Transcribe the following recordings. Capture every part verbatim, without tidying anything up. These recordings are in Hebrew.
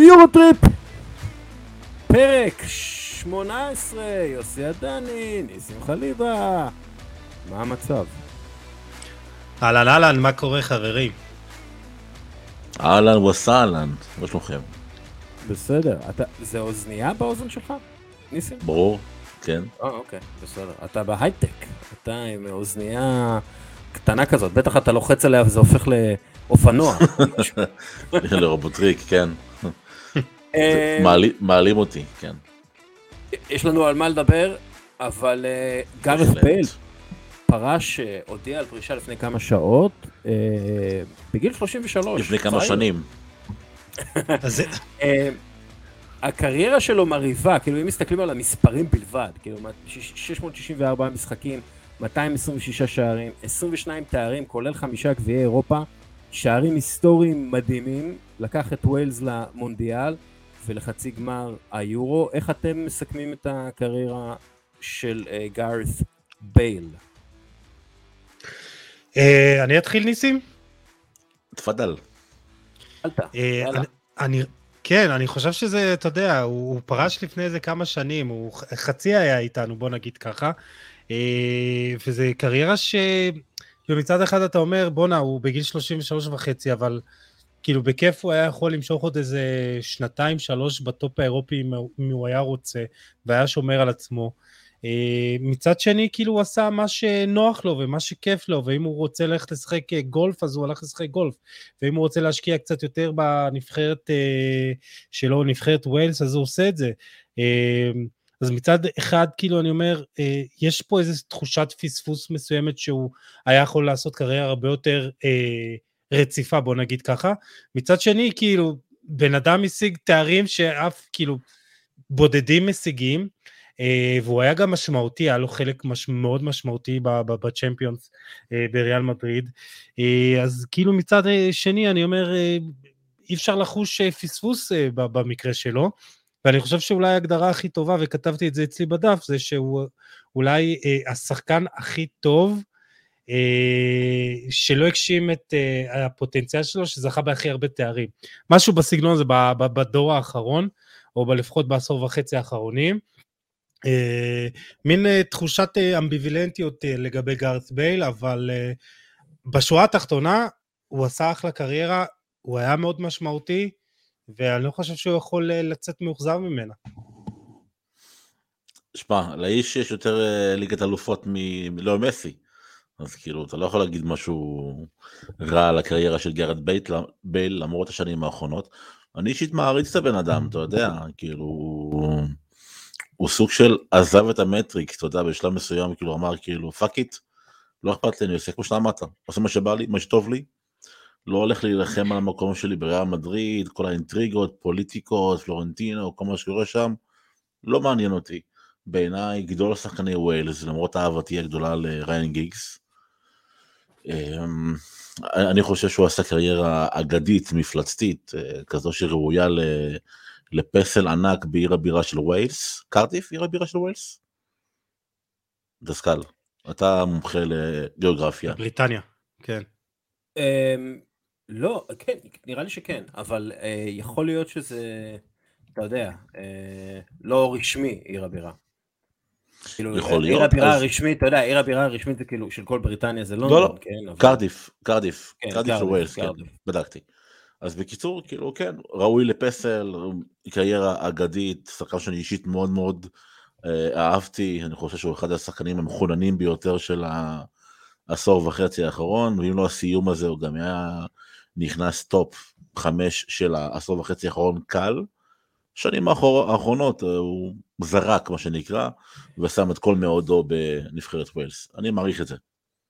יורוטריפ פרק שמונה עשרה, יוסי עדני, ניסים חליבה. מה המצב? אהלן אהלן, מה קורה חברים? אהלן וסהלן, מה שלומכם? בסדר, אתה, זה אוזנייה באוזן שלך? ניסים? ברור, כן. אה, אוקיי, בסדר. אתה בהייטק, אתה עם אוזנייה קטנה כזאת, בטח אתה לוחץ עליה וזה הופך לאופנוע. לרובוטריק, כן. מעלים אותי, כן. יש לנו על מה לדבר, אבל גארת בייל פרש, הודיע על פרישה לפני כמה שעות, בגיל שלושים ושלוש. לפני כמה שנים. הקריירה שלו מריבה, כאילו אם מסתכלים על המספרים בלבד, כאילו שש מאות שישים וארבעה משחקים, מאתיים עשרים ושישה שערים, עשרים ושניים תארים, כולל חמישה גביעי אירופה, שערים היסטוריים מדהימים, לקח את ווילס למונדיאל ולחצי גמר היורו. איך אתם מסכמים את הקריירה של גארת בייל? אני אתחיל ניסים? תפדל. אני... כן, אני חושב שזה, אתה יודע, הוא, הוא פרש לפני איזה כמה שנים, הוא חצי היה איתנו, בוא נגיד ככה, וזה קריירה ש... במצד אחד אתה אומר, בונה, הוא בגיל שלושים ושלוש וחצי, אבל כאילו בכיף הוא היה יכול למשוך עוד איזה שנתיים, שלוש בטופ האירופי, אם הוא היה רוצה, והיה שומר על עצמו. מצד שני, כאילו הוא עשה מה שנוח לו ומה שכיף לו, ואם הוא רוצה ללכת לשחק גולף, אז הוא הלך לשחק גולף, ואם הוא רוצה להשקיע קצת יותר בנבחרת שלו, נבחרת ווילס, אז הוא עושה את זה. אז מצד אחד, כאילו אני אומר, יש פה איזו תחושת פספוס מסוימת, שהוא היה יכול לעשות קריירה הרבה יותר רציפה, בוא נגיד ככה. מצד שני, כאילו, בן אדם משיג תארים שאף, כאילו, בודדים משיגים, והוא היה גם משמעותי, היה לו חלק מש, מאוד משמעותי בצ'מפיונס בריאל מדריד, אז כאילו מצד שני אני אומר, אי אפשר לחוש פספוס במקרה שלו, ואני חושב שאולי ההגדרה הכי טובה, וכתבתי את זה אצלי בדף, זה שהוא אולי השחקן הכי טוב, שלא הגשים את הפוטנציאל שלו, שזכה בהכי הרבה תארים, משהו בסגנון הזה בדור האחרון, או לפחות בעשור וחצי האחרונים, Uh, מין uh, תחושת uh, אמביבילנטיות uh, לגבי גארת בייל, אבל uh, בשורה התחתונה הוא עשה אחלה קריירה, הוא היה מאוד משמעותי, ואני לא חושב שהוא יכול uh, לצאת מאוכזב ממנה. שמה, לאיש יש יותר uh, ליגת אלופות מלאו מסי, אז כאילו אתה לא יכול להגיד משהו רע על הקריירה של גארת בייל, למרות השנים האחרונות. אני אישית מעריץ את הבן אדם, אתה יודע, כאילו... הוא סוג של עזב את המטריקס, אתה יודע, בשלב מסוים, כאילו אמר, כאילו, פאק איט, לא אכפת לי, אני עושה כמו שאמרת, עושה מה שבא לי, מה שטוב לי, לא הולך להילחם על המקום שלי בריאל מדריד, כל האינטריגות, פוליטיקות, פלורנטינו, כל מה שקורה שם, לא מעניין אותי. בעיניי, גדול השחקני ווילס, למרות אהבתי הגדולה לריין גיגס, אני חושב שהוא עשה קריירה אגדית, מפלצתית, כזו שראויה ל... לפסל ענק בעיר הבירה של ווילס. קרדיף, עיר הבירה של ווילס? דסקל, אתה מומחה לגיאוגרפיה. בריטניה, כן. לא, כן, נראה לי שכן, אבל יכול להיות שזה, אתה יודע, לא רשמי עיר הבירה. יכול להיות. עיר הבירה הרשמית, אתה יודע, עיר הבירה הרשמית זה כאילו של כל בריטניה, זה לונדון. לא, לא, קרדיף, קרדיף, קרדיף של ווילס, כן, בדקתי. אז בקיצור, כאילו, כן, ראוי לפסל, קריירה אגדית, שחקן שאני אישית מאוד מאוד אה, אהבתי, אני חושב שהוא אחד השחקנים המחוננים ביותר של העשור וחצי האחרון, ואם לא הסיום הזה, הוא גם היה נכנס טופ חמש של העשור וחצי האחרון קל, שנים האחרונות הוא זרק, מה שנקרא, ושם את כל מאודו בנבחרת ווילס. אני מעריך את זה.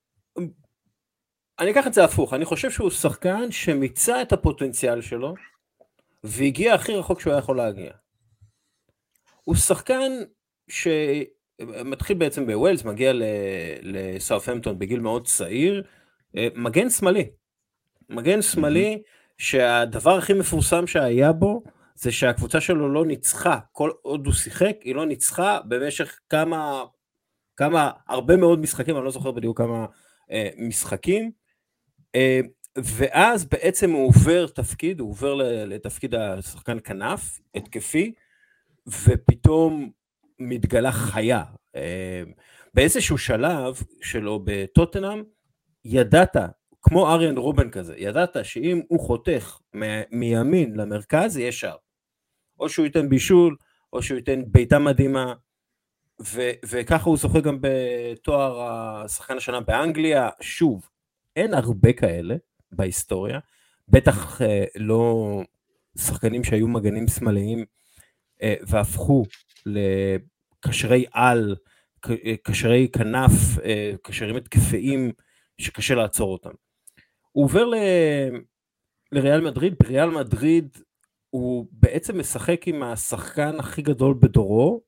אני אקח את זה הפוך, אני חושב שהוא שחקן שמיצה את הפוטנציאל שלו, והגיע הכי רחוק שהוא היה יכול להגיע. הוא שחקן שמתחיל בעצם בווילס, מגיע לסאות'המפטון בגיל מאוד צעיר, מגן שמאלי. מגן שמאלי שהדבר הכי מפורסם שהיה בו, זה שהקבוצה שלו לא ניצחה, כל עוד הוא שיחק, היא לא ניצחה במשך כמה, כמה, הרבה מאוד משחקים, אני לא זוכר בדיוק כמה משחקים, ואז בעצם הוא עובר תפקיד, הוא עובר לתפקיד השחקן כנף, התקפי, ופתאום מתגלה חיה. באיזשהו שלב שלו בטוטנהאם, ידעת, כמו אריאן רובן כזה, ידעת שאם הוא חותך מימין למרכז, יהיה שער. או שהוא ייתן בישול, או שהוא ייתן ביתה מדהימה, ו- וככה הוא זוכה גם בתואר השחקן השנה באנגליה. שוב, אין הרבה כאלה בהיסטוריה, בטח אה, לא שחקנים שהיו מגנים שמאליים, אה, והפכו לקשרי על, קשרי כנף, אה, קשרים התקפיים, שקשה לעצור אותם. הוא עובר ל... לריאל מדריד. בריאל מדריד הוא בעצם משחק עם השחקן הכי גדול בדורו,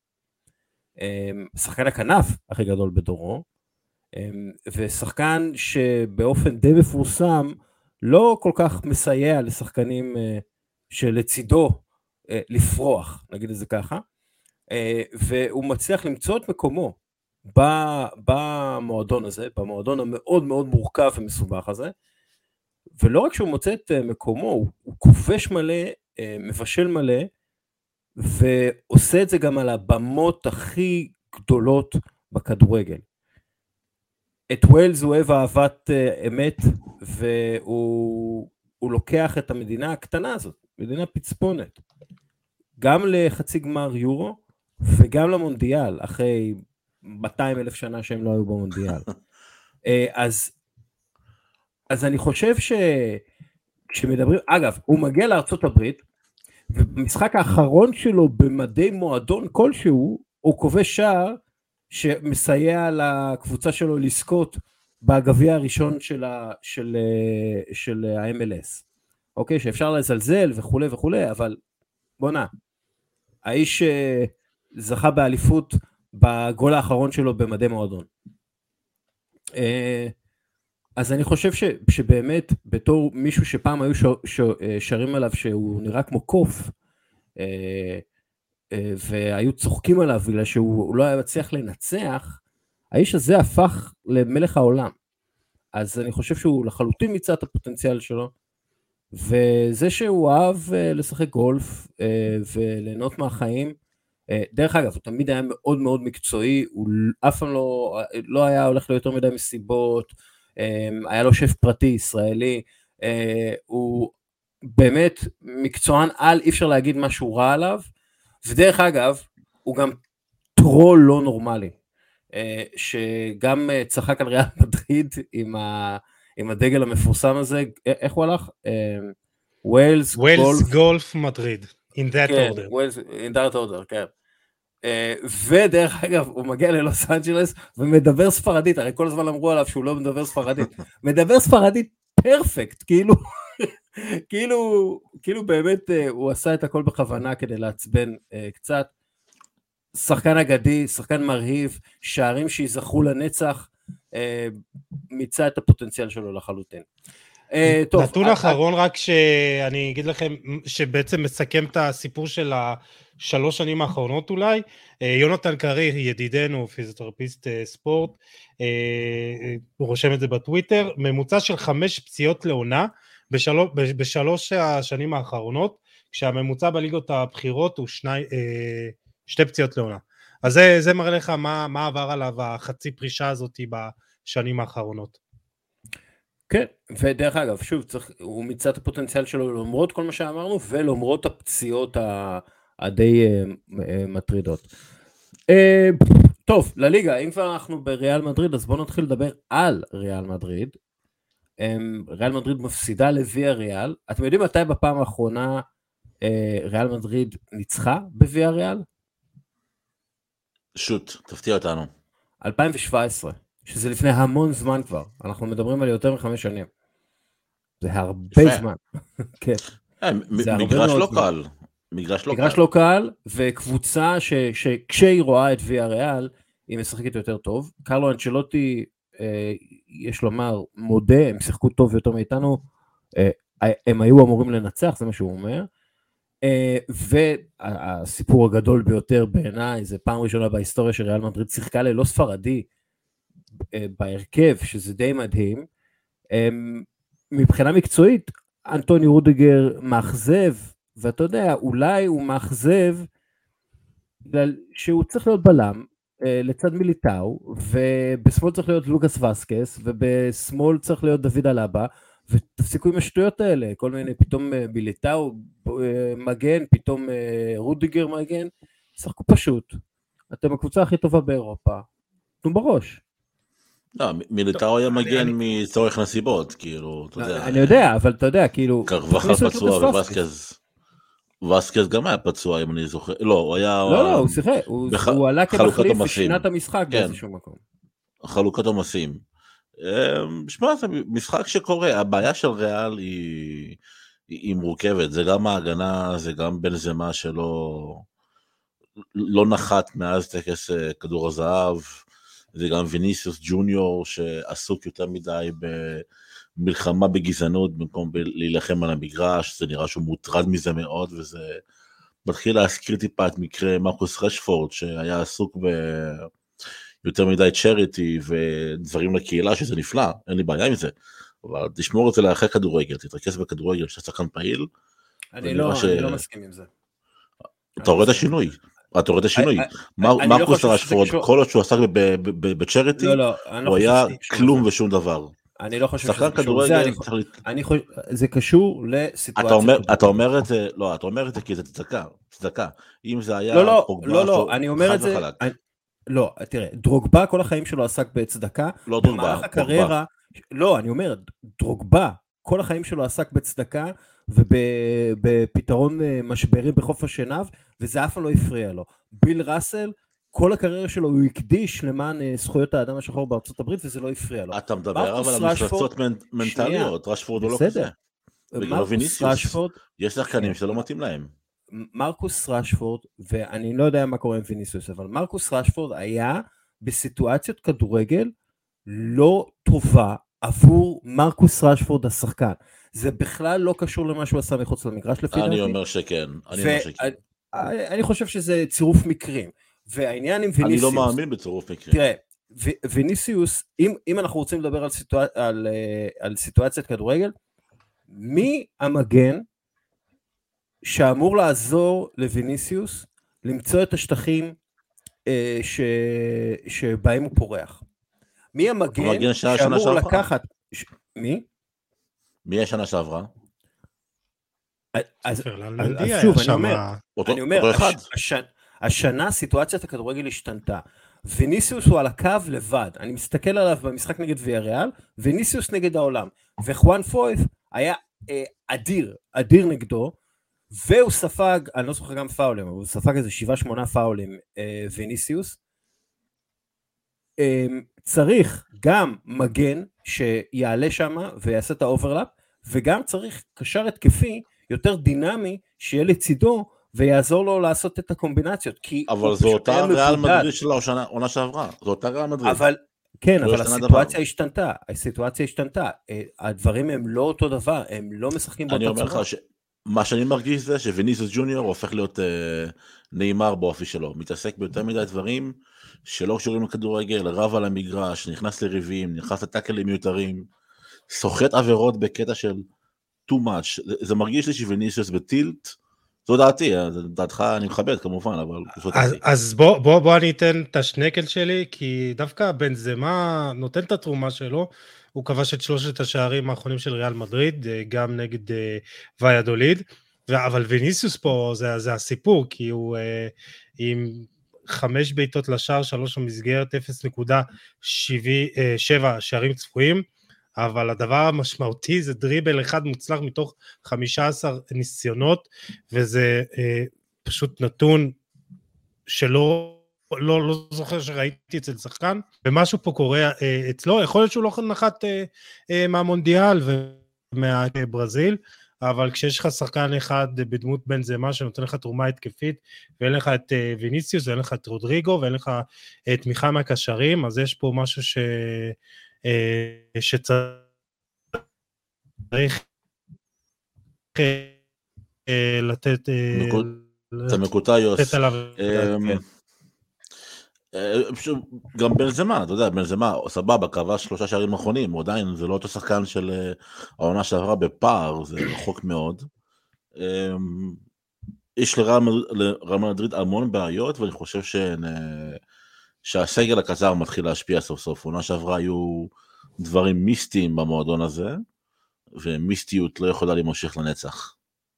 שחקן הכנף הכי גדול בדורו, ושחקן שבאופן די מפורסם לא כל כך מסייע לשחקנים שלצידו לפרוח, נגיד את זה ככה, והוא מצליח למצוא את מקומו במועדון הזה, במועדון המאוד מאוד מורכב ומסובך הזה, ולא רק שהוא מוצא את מקומו, הוא, הוא כובש מלא, מבשל מלא, ועושה את זה גם על הבמות הכי גדולות בכדורגל. את ווילס הוא אוהב אהבת אמת, והוא הוא לוקח את המדינה הקטנה הזאת, מדינה פצפונת, גם לחצי גמר יורו, וגם למונדיאל, אחרי מאתיים אלף שנה שהם לא היו במונדיאל. אז, אז אני חושב שכשמדברים, אגב, הוא מגיע לארצות הברית, ובמשחק האחרון שלו במדי מועדון כלשהו, הוא כובש שער שמסייע לקבוצה שלו לזכות בגביע הראשון של ה, של, של ה-אם אל אס. אוקיי, שאפשר לזלזל וכו' וכו', אבל בוא נע. האיש זכה באליפות בגול האחרון שלו במדי מועדון. אז אני חושב ש, שבאמת בתור מישהו שפעם היו ש, ש, שרים עליו שהוא נראה כמו קוף, והיו צוחקים עליו בגלל שהוא לא היה מצליח לנצח, האיש הזה הפך למלך העולם. אז אני חושב שהוא לחלוטין מיצה את הפוטנציאל שלו, וזה שהוא אהב לשחק גולף וליהנות מהחיים, דרך אגב, הוא תמיד היה מאוד מאוד מקצועי, הוא אף פעם לא, לא היה הולך ליותר מדי מסיבות, היה לו שף פרטי ישראלי, הוא באמת מקצוען על, אי אפשר להגיד משהו רע עליו, ודרך אגב, הוא גם טרול לא נורמלי, שגם צחק על ריאל מדריד עם, ה, עם הדגל המפורסם הזה, איך הוא הלך? ווילס גולף, גולף מדריד, in that כן, order. ווילס, in that order, כן. ודרך אגב, הוא מגיע ללוס אנג'לס ומדבר ספרדית, הרי כל הזמן אמרו עליו שהוא לא מדבר ספרדית, מדבר ספרדית פרפקט, כאילו, כאילו, כאילו באמת הוא עשה את הכל בכוונה כדי לעצבן קצת, שחקן אגדי, שחקן מרהיב, שערים שיזכו לנצח, מיצה את הפוטנציאל שלו לחלוטין. טוב, נתון אחרון רק שאני אגיד לכם, שבעצם מסכם את הסיפור של השלוש שנים האחרונות אולי, יונתן קריר, ידידנו, פיזיותרפיסט ספורט, הוא רושם את זה בטוויטר, ממוצע של חמש פציעות לעונה, בשלוש, בשלוש השנים האחרונות, כשהממוצע בליגות הבחירות הוא שני, שתי פציעות לעונה. אז זה, זה מראה לך מה, מה עבר עליו החצי פרישה הזאת בשנים האחרונות. כן, ודרך אגב, שוב, צריך, הוא מיצה את הפוטנציאל שלו למרות כל מה שאמרנו, ולמרות הפציעות הדי מטרידות. טוב, לליגה, אם כבר אנחנו בריאל מדריד, אז בואו נתחיל לדבר על ריאל מדריד. ריאל מדריד מפסידה לוויה ריאל. אתם יודעים מתי בפעם האחרונה ריאל מדריד ניצחה בוויה ריאל? שוט, תפתיע אותנו. אלפיים שבע עשרה. שזה לפני המון זמן כבר, אנחנו מדברים על יותר מחמש שנים, זה הרבה יפה. זמן, כן. מגרש לא קל, מגרש לא מגרש קל. לא קל, וקבוצה ש, שכשהיא רואה את ויה ריאל, היא משחקת יותר טוב, קרלו אנצ'לוטי, אה, יש לומר, מודה, הם שיחקו טוב יותר מאיתנו, אה, הם היו אמורים לנצח, זה מה שהוא אומר, אה, והסיפור הגדול ביותר בעיניי, זה פעם ראשונה בהיסטוריה שריאל מדריד שיחקה ללא ספרדי, בהרכב, שזה די מדהים, מבחינה מקצועית, אנטוני רודיגר מאכזב, ואתה יודע, אולי הוא מאכזב, בגלל שהוא צריך להיות בלם, לצד מיליטאו, ובשמאל צריך להיות לוקאס וסקס, ובשמאל צריך להיות דוד אלבה, ותפסיקו עם השטויות האלה, כל מיני, פתאום מיליטאו מגן, פתאום רודיגר מגן, שחקו פשוט, אתם הקבוצה הכי טובה באירופה, תנו בראש. לא, מיליטאו היה מגן מצורך נסיבות, כאילו, אתה יודע. אני יודע, אבל אתה יודע, כאילו... קרבחל פצוע ווסקז, ווסקז גם היה פצוע, אם אני זוכר, לא, הוא היה... לא, לא, הוא שיחק, הוא עלה כמחליף ושינת המשחק באיזשהו מקום. חלוקת עומסים. שמע, זה משחק שקורה, הבעיה של ריאל היא, היא מורכבת, זה גם ההגנה, זה גם בנזמה שלא לא נחת מאז טקס כדור הזהב, זה גם ויניסיוס ג'וניור שעסוק יותר מדי במלחמה בגזענות במקום להילחם על המגרש, זה נראה שהוא מוטרד מזה מאוד, וזה מתחיל להזכיר טיפה את מקרה מרקוס רשפורד שהיה עסוק ב... יותר מדי צ'ריטי ודברים לקהילה, שזה נפלא, אין לי בעיה עם זה, אבל תשמור את זה לאחרי כדורגל, תתרכז בכדורגל, שאתה שחקן פעיל. אני לא, ש... אני לא מסכים עם זה. אתה רואה את השינוי, אתה רואה את השינוי. מרקוס רשפורד, כל עוד שהוא עסק בצ'ריטי, הוא היה כלום ושום דבר. אני לא חושב שזה קשור לזה, זה קשור לסיטואציה. אתה אומר את זה, לא, אתה אומר את זה כי זה צדקה, צדקה. אם זה היה... לא, לא, לא, אני אומר את זה... לא, תראה, דרוגבה כל החיים שלו עסק בצדקה, לא דרוגבה, הקריירה, לא, אני אומר, דרוגבה כל החיים שלו עסק בצדקה, ובפתרון משברים בחוף השנהב, וזה אף לא הפריע לו. ביל ראסל, כל הקריירה שלו הוא הקדיש למען זכויות האדם השחור בארצות הברית, וזה לא הפריע לו. אתה מדבר אבל על מפלצות מנטליות, רשפורד הוא לא כזה. מרקוס רשפורד, יש שחקנים שלא מתאים להם. מרקוס רשפורד, ואני לא יודע מה קורה עם ויניסיוס, אבל מרקוס רשפורד היה בסיטואציות כדורגל לא טובה עבור מרקוס רשפורד השחקן. זה בכלל לא קשור למה שהוא עשה מחוץ למגרש לפי דעתי. אני אומר שכן, אני אומר שכן. אני חושב שזה צירוף מקרים, והעניין עם ויניסיוס... אני לא מאמין בצירוף מקרים. תראה, ויניסיוס, אם אנחנו רוצים לדבר על סיטואציית כדורגל, מי המגן שאמור לעזור לויניסיוס למצוא את השטחים אה, ש... שבהם הוא פורח. מי המגן שאמור לקחת... ש... מי? מי השנה שעברה? אז, אז שוב, אני אומר, אותו, אני אומר הש... הש... השנה סיטואציית הכדורגל השתנתה. ויניסיוס הוא על הקו לבד. אני מסתכל עליו במשחק נגד ויאריאל, ויניסיוס נגד העולם. וחואן פויף היה אה, אדיר, אדיר נגדו, והוא ספג, אני לא זוכר גם פאולים, הוא ספג איזה שבעה שמונה פאולים, אה, ויניסיוס. אה, צריך גם מגן שיעלה שם ויעשה את האוברלאפ, וגם צריך קשר התקפי יותר דינמי שיהיה לצידו, ויעזור לו לעשות את הקומבינציות. אבל זו אותה ריאל מדריד של העונה שעברה, זו אותה ריאל מדריד. אבל, כן, אבל הסיטואציה השתנתה, הסיטואציה השתנתה, הדברים הם לא אותו דבר, הם לא משחקים באותה צורה. אני אומר לך מה שאני מרגיש זה שוויניסיוס ג'וניור הופך להיות אה, נאמר באופי שלו, מתעסק ביותר מדי דברים שלא קשורים לכדורגל, רב על המגרש, נכנס לריבים, נכנס לטאקלים מיותרים, סוחט עבירות בקטע של too much, זה, זה מרגיש לי שוויניסיוס בטילט, זו דעתי, דעתך אני מכבד כמובן, אבל אז, אז בוא, בוא, בוא אני אתן את השנקל שלי, כי דווקא בנזמה נותן את התרומה שלו, הוא כבש את שלושת השערים האחרונים של ריאל מדריד, גם נגד ויאדוליד, אבל ויניסיוס פה זה, זה הסיפור, כי הוא עם חמש בעיטות לשער, שלוש המסגרת, אפס נקודה שבע שערים צפויים, אבל הדבר המשמעותי זה דריבל אחד מוצלח מתוך חמישה עשר ניסיונות, וזה פשוט נתון שלא... לא, לא זוכר שראיתי אצל שחקן, ומשהו פה קורה אה, אצלו, יכול להיות שהוא לא נחת אה, אה, מהמונדיאל ומהברזיל, אבל כשיש לך שחקן אחד בדמות בנזמה שנותן לך תרומה התקפית, ואין לך את אה, ויניסיוס, ואין לך את רודריגו, ואין לך אה, תמיכה מהקשרים, אז יש פה משהו ש, אה, שצריך אה, לתת... אה, אתה מקוטע יוס. לתת עליו... אה, גם בנזמה, אתה יודע, בנזמה, סבבה, כבש שלושה שערים אחרונים, הוא עדיין, זה לא אותו שחקן של העונה שעברה בפער, זה רחוק מאוד. יש לריאל מדריד המון בעיות, ואני חושב שהן, שהסגל הקצר מתחיל להשפיע סוף סוף. עונה שעברה היו דברים מיסטיים במועדון הזה, ומיסטיות לא יכולה להימשך לנצח.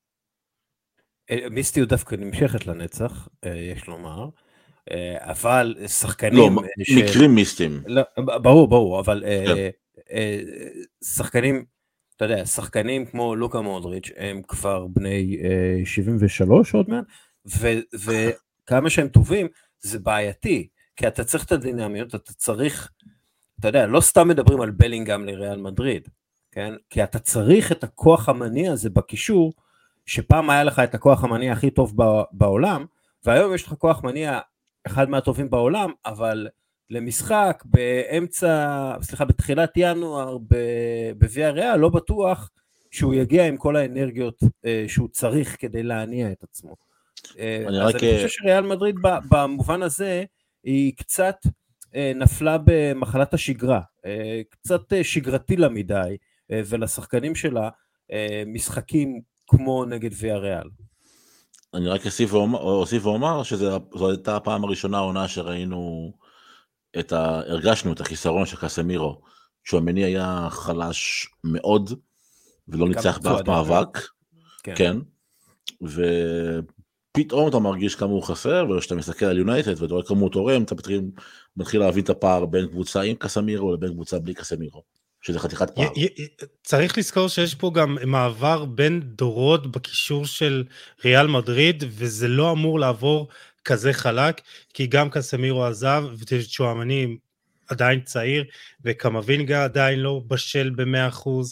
מיסטיות דווקא נמשכת לנצח, יש לומר. אבל שחקנים... לא, ש... מקרים מיסטיים. לא, ברור, ברור, אבל כן. שחקנים, אתה יודע, שחקנים כמו לוקה מודריץ' הם כבר בני שבעים ושלוש עוד מעט, ו- וכמה שהם טובים, זה בעייתי, כי אתה צריך את הדינמיות, אתה צריך, אתה יודע, לא סתם מדברים על בלינגהאם לריאל מדריד, כן? כי אתה צריך את הכוח המניע הזה בקישור, שפעם היה לך את הכוח המניע הכי טוב בעולם, והיום יש לך כוח מניע אחד מהטובים בעולם, אבל למשחק באמצע, סליחה, בתחילת ינואר בוויה ריאל, לא בטוח שהוא יגיע עם כל האנרגיות שהוא צריך כדי להניע את עצמו. אני אז אני חושב שריאל מדריד במובן הזה, היא קצת נפלה במחלת השגרה, קצת שגרתי למדי, ולשחקנים שלה משחקים כמו נגד וויה ריאל. אני רק אוסיף ואומר שזו הייתה הפעם הראשונה העונה שראינו את ה... הרגשנו את החיסרון של קסמירו, שהוא המניע היה חלש מאוד, ולא ניצח באף מאבק, כן, כן. ופתאום אתה מרגיש כמה הוא חסר, וכשאתה מסתכל על יונייטד ואתה רואה כמה הוא תורם, אתה מתחיל להבין את הפער בין קבוצה עם קסמירו לבין קבוצה בלי קסמירו, שזה חתיכת פער. צריך לזכור שיש פה גם מעבר בין דורות בקישור של ריאל מדריד, וזה לא אמור לעבור כזה חלק, כי גם קסמירו עזב, וצ'ואמני עדיין צעיר, וקמבינגה עדיין לא בשל ב-מאה אחוז,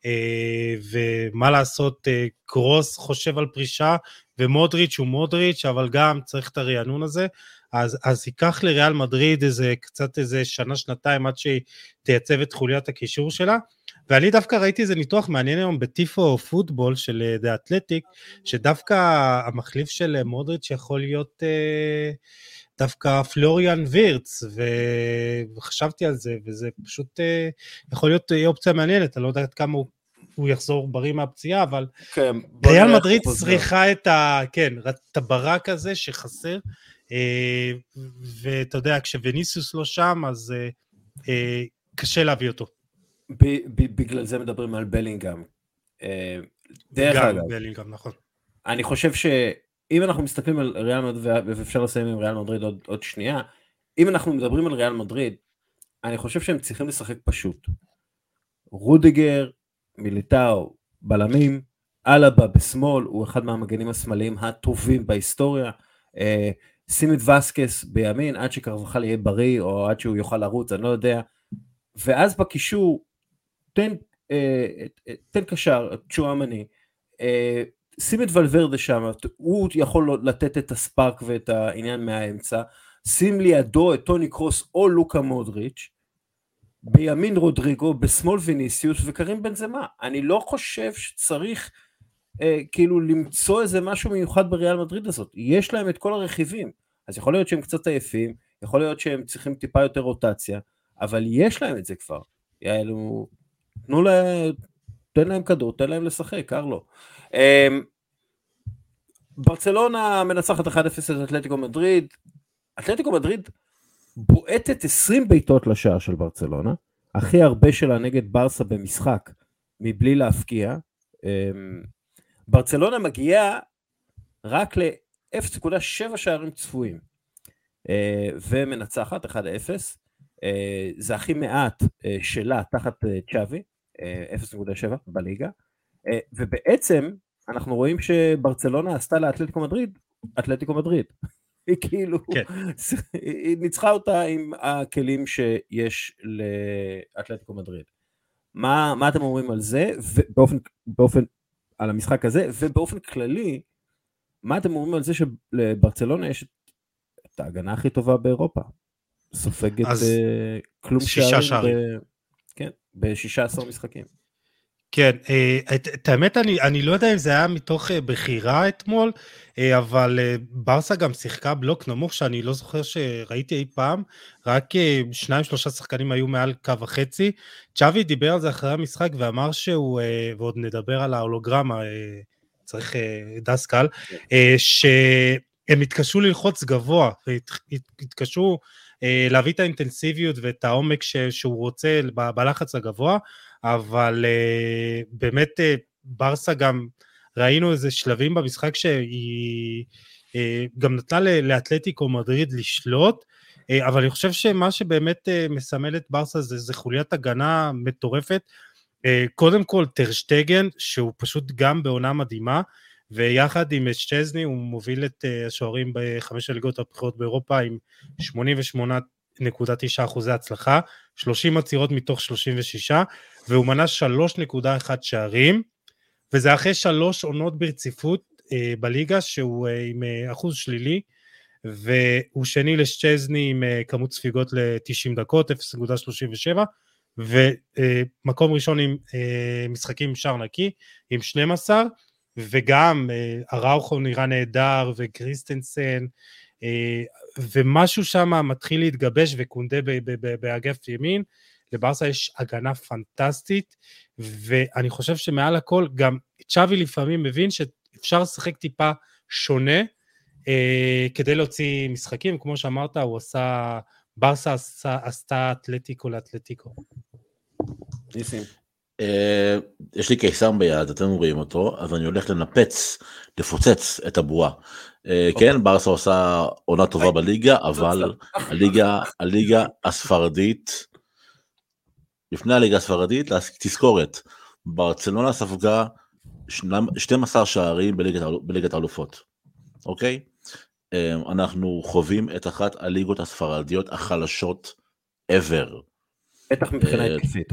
ומה לעשות, קרוס חושב על פרישה, ומודריץ' הוא מודריץ', אבל גם צריך את הרענון הזה, אז, אז ייקח לריאל מדריד איזה, קצת איזה שנה, שנתיים, עד שהיא תייצב את חוליית הקישור שלה, ואני דווקא ראיתי איזה ניתוח מעניין היום בטיפו פוטבול של דה אתלטיק, שדווקא המחליף של מודריץ' יכול להיות אה, דווקא פלוריאן וירץ, וחשבתי על זה, וזה פשוט אה, יכול להיות אופציה מעניינת, אני לא יודעת כמה הוא, הוא יחזור בריא מהפציעה, אבל כן, ריאל מדריד צריכה את, ה, כן, את הברק הזה שחסר, Uh, ואתה יודע, כשווניסיוס לא שם, אז uh, uh, קשה להביא אותו. בגלל זה מדברים על בלינגהאם. Uh, דרך אגב, בלינגהאם, נכון. אני חושב שאם אנחנו מסתכלים על ריאל מדריד, ואפשר לסיים עם ריאל מדריד עוד, עוד שנייה, אם אנחנו מדברים על ריאל מדריד, אני חושב שהם צריכים לשחק פשוט. רודיגר, מיליטאו, בלמים, אלבה בשמאל, הוא אחד מהמגנים השמאליים הטובים בהיסטוריה, uh, שים את וסקס בימין, עד שקרבחל יהיה בריא, או עד שהוא יוכל לרוץ, אני לא יודע, ואז בקישור, תן, אה, תן קשר, צ'ואמני, אה, שים את ולוורדה שם, הוא יכול לתת את הספארק ואת העניין מהאמצע, שים לידו את טוני קרוס או לוקה מודריץ', בימין רודריגו, בשמאל ויניסיוס וקרים בנזמה. אני לא חושב שצריך אה, כאילו למצוא איזה משהו מיוחד בריאל מדריד הזאת. יש להם את כל הרכיבים. אז יכול להיות שהם קצת עייפים, יכול להיות שהם צריכים טיפה יותר רוטציה, אבל יש להם את זה כבר. יאלו, תנו להם, תן להם כדור, תן להם לשחק, קרלו. אה, ברצלונה מנצחת אחד אפס את אתלטיקו מדריד. אתלטיקו מדריד בועטת עשרים בעיטות לשער של ברצלונה, הכי הרבה שלה נגד ברסה במשחק, מבלי להפקיע. ברצלונה מגיעה רק ל-אפס נקודה שבע שערים צפויים, ומנצחת אחד אפס, זה הכי מעט שלה תחת צ'אבי, אפס נקודה שבע בליגה, ובעצם אנחנו רואים שברצלונה עשתה לאתלטיקו מדריד, אתלטיקו מדריד, היא כאילו, היא ניצחה אותה עם הכלים שיש לאתלטיקו מדריד. מה, מה אתם אומרים על זה, ובאופן, באופן, על המשחק הזה, ובאופן כללי, מה אתם אומרים על זה שלברצלונה יש את ההגנה הכי טובה באירופה? סופגת כלום שערים, ב, כן, ב-שישה עשר משחקים. כן, את האמת אני, אני לא יודע אם זה היה מתוך בחירה אתמול, אבל ברסה גם שיחקה בלוק נמוך שאני לא זוכר שראיתי אי פעם, רק שניים שלושה שחקנים היו מעל קו החצי, צ'אבי דיבר על זה אחרי המשחק ואמר שהוא, ועוד נדבר על ההולוגרמה, צריך דסקל, שהם התקשו ללחוץ גבוה, והתקשו להביא את האינטנסיביות ואת העומק שהוא רוצה בלחץ הגבוה, אבל uh, באמת uh, ברסה גם ראינו איזה שלבים במשחק שהיא uh, גם נתנה לאתלטיקו מדריד לשלוט, uh, אבל אני חושב שמה שבאמת uh, מסמל את ברסה זה, זה חוליית הגנה מטורפת, uh, קודם כל טרשטגן שהוא פשוט גם בעונה מדהימה, ויחד עם שצ'זני הוא מוביל את uh, השוערים בחמש הליגות הבכירות באירופה עם שמונים ושמונה נקודה תשע אחוזי הצלחה, שלושים עצירות מתוך שלושים ושש, והוא מנה שלוש נקודה אחת שערים, וזה אחרי שלוש עונות ברציפות אה, בליגה, שהוא אה, עם אה, אחוז שלילי, והוא שני לשצ'זני עם אה, כמות ספיגות ל-תשעים דקות, אפס נקודה שלושים ושבע, ומקום אה, ראשון עם אה, משחקים עם שער נקי, עם שנים עשר, וגם אה, אראוכו נראה נהדר, וקריסטנסן, ומשהו שם מתחיל להתגבש וקונדה באגף ימין, לברסה יש הגנה פנטסטית, ואני חושב שמעל הכל גם צ'אבי לפעמים מבין שאפשר לשחק טיפה שונה, כדי להוציא משחקים, כמו שאמרת, הוא עשה, ברסה עשתה אתלטיקו לאתלטיקו. ניסים. יש לי קיסר ביד, אתם רואים אותו, אז אני הולך לנפץ, לפוצץ את הבועה. כן, ברסה עושה עונה טובה בליגה, אבל הליגה הספרדית, לפני הליגה הספרדית, תזכורת, ברצלונה ספגה שנים עשר שערים בליגת האלופות, אוקיי? אנחנו חווים את אחת הליגות הספרדיות החלשות ever. בטח מבחינה התקפית.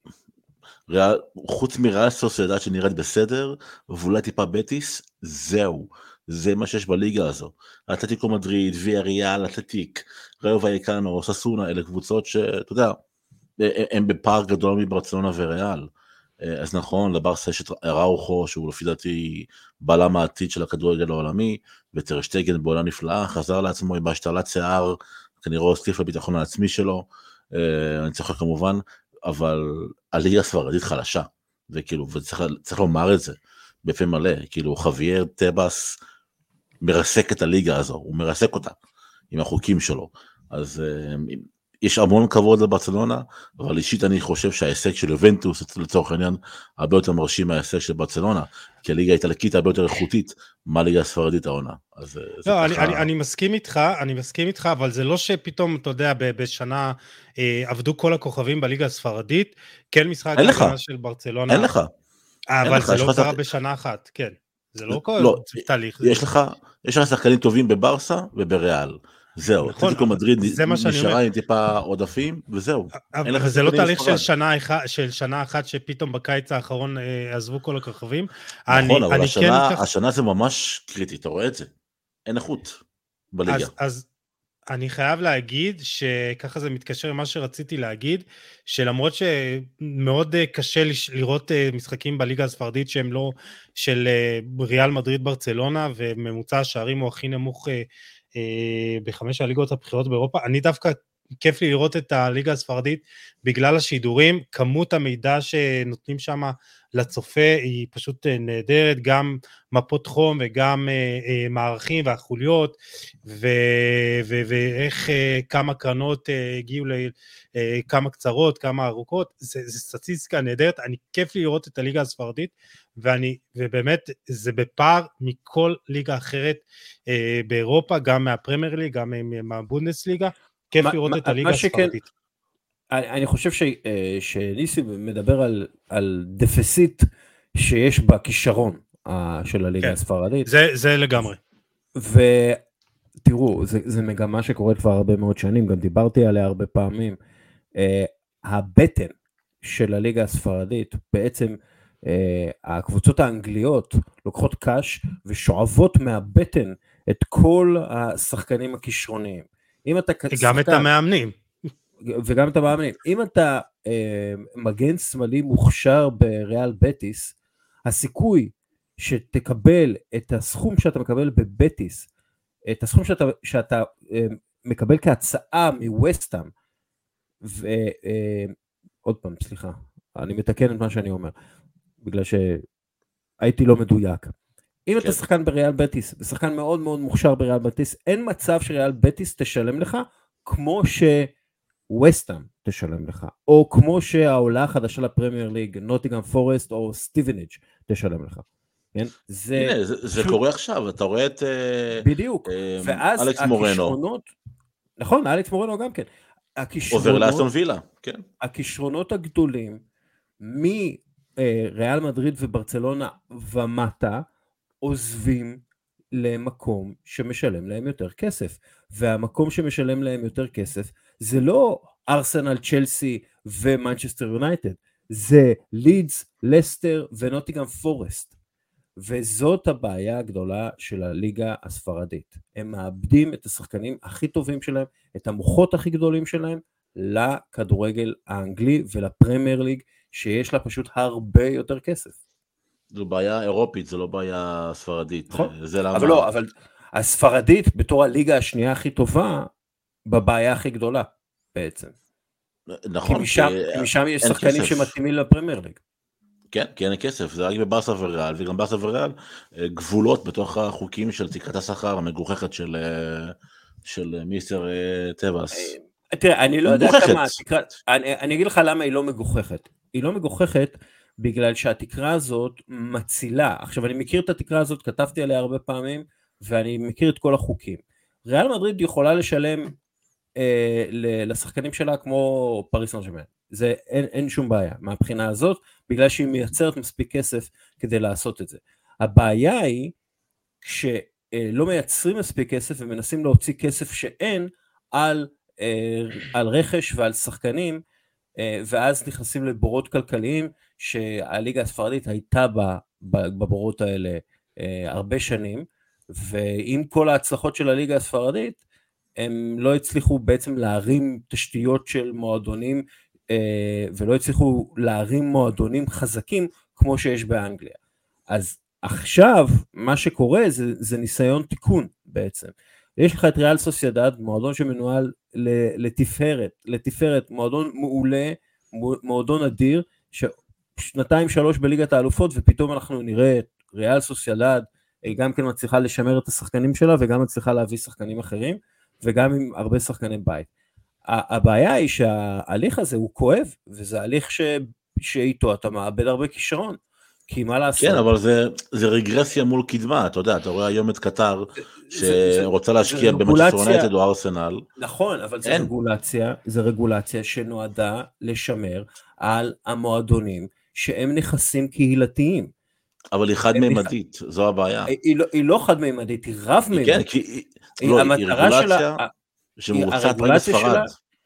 חוץ מריאל סוסיידד שנראית בסדר, ואולי טיפה בטיס, זהו. זה מה שיש בליגה הזו. אתלטיקו מדריד, ויאריאל, אתלטיק, ראיו וייקנו, ססונה, אלה קבוצות שאתה יודע, הם בפער גדול מברצלונה וריאל. אז נכון, לברסה יש את אראוכו, שהוא לפי דעתי בלם העתיד של הכדורגל העולמי, וטרשטגן בעונה נפלאה, חזר לעצמו עם השתלת שיער, כנראה הוסיף לביטחון העצמי שלו, אני צריך כמובן, אבל הליגה הספרדית חלשה, וכאילו, וצריך לומר את זה, בפה מלא, כאילו חווייר טבאס מרסק את הליגה הזו, הוא מרסק אותה עם החוקים שלו, אז uh, יש המון כבוד לברצלונה, אבל אישית אני חושב שההישג של יובנטוס לצורך העניין הרבה יותר מרשים מההישג של ברצלונה, כי הליגה האיטלקית הרבה יותר איכותית מהליגה הספרדית העונה. אז לא, אני, ככה... אני, אני מסכים איתך, אני מסכים איתך, אבל זה לא שפתאום, אתה יודע, בשנה אה, עבדו כל הכוכבים בליגה הספרדית, כן משחק של ברצלונה. אין לך. אבל זה לא קרה בשנה אחת, כן. זה לא כל תהליך. יש לך, יש לך שחקנים טובים בברסה ובריאל. זהו, אתלטיקו מדריד נשארה עם טיפה עודפים, וזהו. אבל זה לא תהליך של שנה אחת שפתאום בקיץ האחרון עזבו כל הכוכבים. נכון, אבל השנה זה ממש קריטי, אתה רואה את זה. אין איכות בליגה. אז אני חייב להגיד שככה זה מתקשר למה שרציתי להגיד, שלמרות שמאוד קשה לראות משחקים בליגה הספרדית שהם לא של ריאל מדריד ברצלונה, וממוצע השערים הוא הכי נמוך בחמש הליגות הבכירות באירופה, אני דווקא כיף לי לראות את הליגה הספרדית בגלל השידורים, כמות המידע שנותנים שם לצופה היא פשוט נהדרת, גם מפות חום וגם אה, מערכים והחוליות, ו, ו, ואיך אה, כמה קרנות אה, הגיעו לכמה קצרות, כמה ארוכות, זה, זה סטטיסטיקה נהדרת, אני כיף לי לראות את הליגה הספרדית, ואני, ובאמת זה בפער מכל ליגה אחרת אה, באירופה, גם מהפרמייר ליג, גם מהבונדסליגה, כיף לראות את הליגה הספרדית. אני חושב ש, שניסי מדבר על, על דפסיט שיש בכישרון של הליגה הספרדית. זה, זה לגמרי. ותראו, זה, זה מגמה שקורית כבר הרבה מאוד שנים, גם דיברתי עליה הרבה פעמים. הבטן של הליגה הספרדית, בעצם הקבוצות האנגליות לוקחות קש ושואבות מהבטן את כל השחקנים הכישרוניים. אם אתה גם את המאמנים. וגם את המאמנים, אם אתה אה, מגן שמאלי מוכשר בריאל בטיס, הסיכוי שתקבל את הסכום שאתה מקבל בבטיס, את הסכום שאתה, שאתה אה, מקבל כהצעה מווסטהאם, ועוד פעם, סליחה, אני מתקן את מה שאני אומר, בגלל שהייתי לא מדויק. אם אתה שחקן בריאל בטיס, ושחקן מאוד מאוד מוכשר בריאל בטיס, אין מצב שריאל בטיס תשלם לך, כמו שווסטהאם תשלם לך, או כמו שהעולה החדשה לפרמייר ליג, נוטינגהאם פורסט או סטיבניג' תשלם לך. זה, הנה, זה, זה קורה עכשיו, אתה רואה את בדיוק, אה, ואז אלכס מורנו. נכון, אלכס מורנו גם כן. עובר לאסטון וילה, כן. הכישרונות הגדולים, מריאל מדריד וברצלונה ומטה, עוזבים למקום שמשלם להם יותר כסף, והמקום שמשלם להם יותר כסף, זה לא ארסנל, צ'לסי ומנצ'סטר יונייטד, זה לידס, לסטר ונוטינגהאם פורסט, וזאת הבעיה הגדולה של הליגה הספרדית. הם מאבדים את השחקנים הכי טובים שלהם, את המוחות הכי גדולים שלהם, לכדורגל האנגלי ולפרמייר ליג, שיש לה פשוט הרבה יותר כסף. זו בעיה אירופית, זו לא בעיה ספרדית. נכון, זה למה... אבל לא, אבל הספרדית בתור הליגה השנייה הכי טובה, בבעיה הכי גדולה בעצם. נכון. כי משם, כי משם יש שחקנים שמתאימים לפרמייר ליג. כן, כי אין כסף, זה רק בברסה וריאל, וגם ברסה וריאל גבולות בתוך החוקים של תקרת השכר המגוחכת של, של מיסטר טבעס. תראה, אני לא יודע כמה, אני, אני אגיד לך למה היא לא מגוחכת. היא לא מגוחכת בגלל שהתקרה הזאת מצילה. עכשיו, אני מכיר את התקרה הזאת, כתבתי עליה הרבה פעמים, ואני מכיר את כל החוקים. ריאל מדריד יכולה לשלם אה, לשחקנים שלה כמו פריס סן ז'רמן. זה אין, אין שום בעיה מהבחינה הזאת, בגלל שהיא מייצרת מספיק כסף כדי לעשות את זה. הבעיה היא שלא מייצרים מספיק כסף ומנסים להוציא כסף שאין על, על רכש ועל שחקנים, ואז נכנסים לבורות כלכליים שהליגה הספרדית הייתה בבורות האלה הרבה שנים, ועם כל ההצלחות של הליגה הספרדית, הם לא הצליחו בעצם להרים תשתיות של מועדונים, ולא הצליחו להרים מועדונים חזקים כמו שיש באנגליה. אז עכשיו מה שקורה זה, זה ניסיון תיקון בעצם. יש לך את ריאל סוסיידד, מועדון שמנוהל לתפארת, לתפארת, מועדון מעולה, מועדון אדיר, ששנתיים שלוש בליגת האלופות, ופתאום אנחנו נראה את ריאל סוסיידד, היא גם כן מצליחה לשמר את השחקנים שלה, וגם מצליחה להביא שחקנים אחרים, וגם עם הרבה שחקני בית. הבעיה היא שההליך הזה הוא כואב, וזה הליך ש... שאיתו אתה מאבד הרבה כישרון, כי מה לעשות? כן, אבל זה, זה רגרסיה מול קדמה, אתה יודע, אתה רואה היום את קטר, שרוצה להשקיע במנצ'סטר יונייטד או ארסנל. נכון, אבל זה רגולציה, זה רגולציה שנועדה לשמר על המועדונים, שהם נכסים קהילתיים. אבל היא חד-מימדית, זו הבעיה. היא לא, היא לא חד-מימדית, היא רב-מימדית. כן, כי היא, לא, היא רגולציה שמורצת רק בספרד.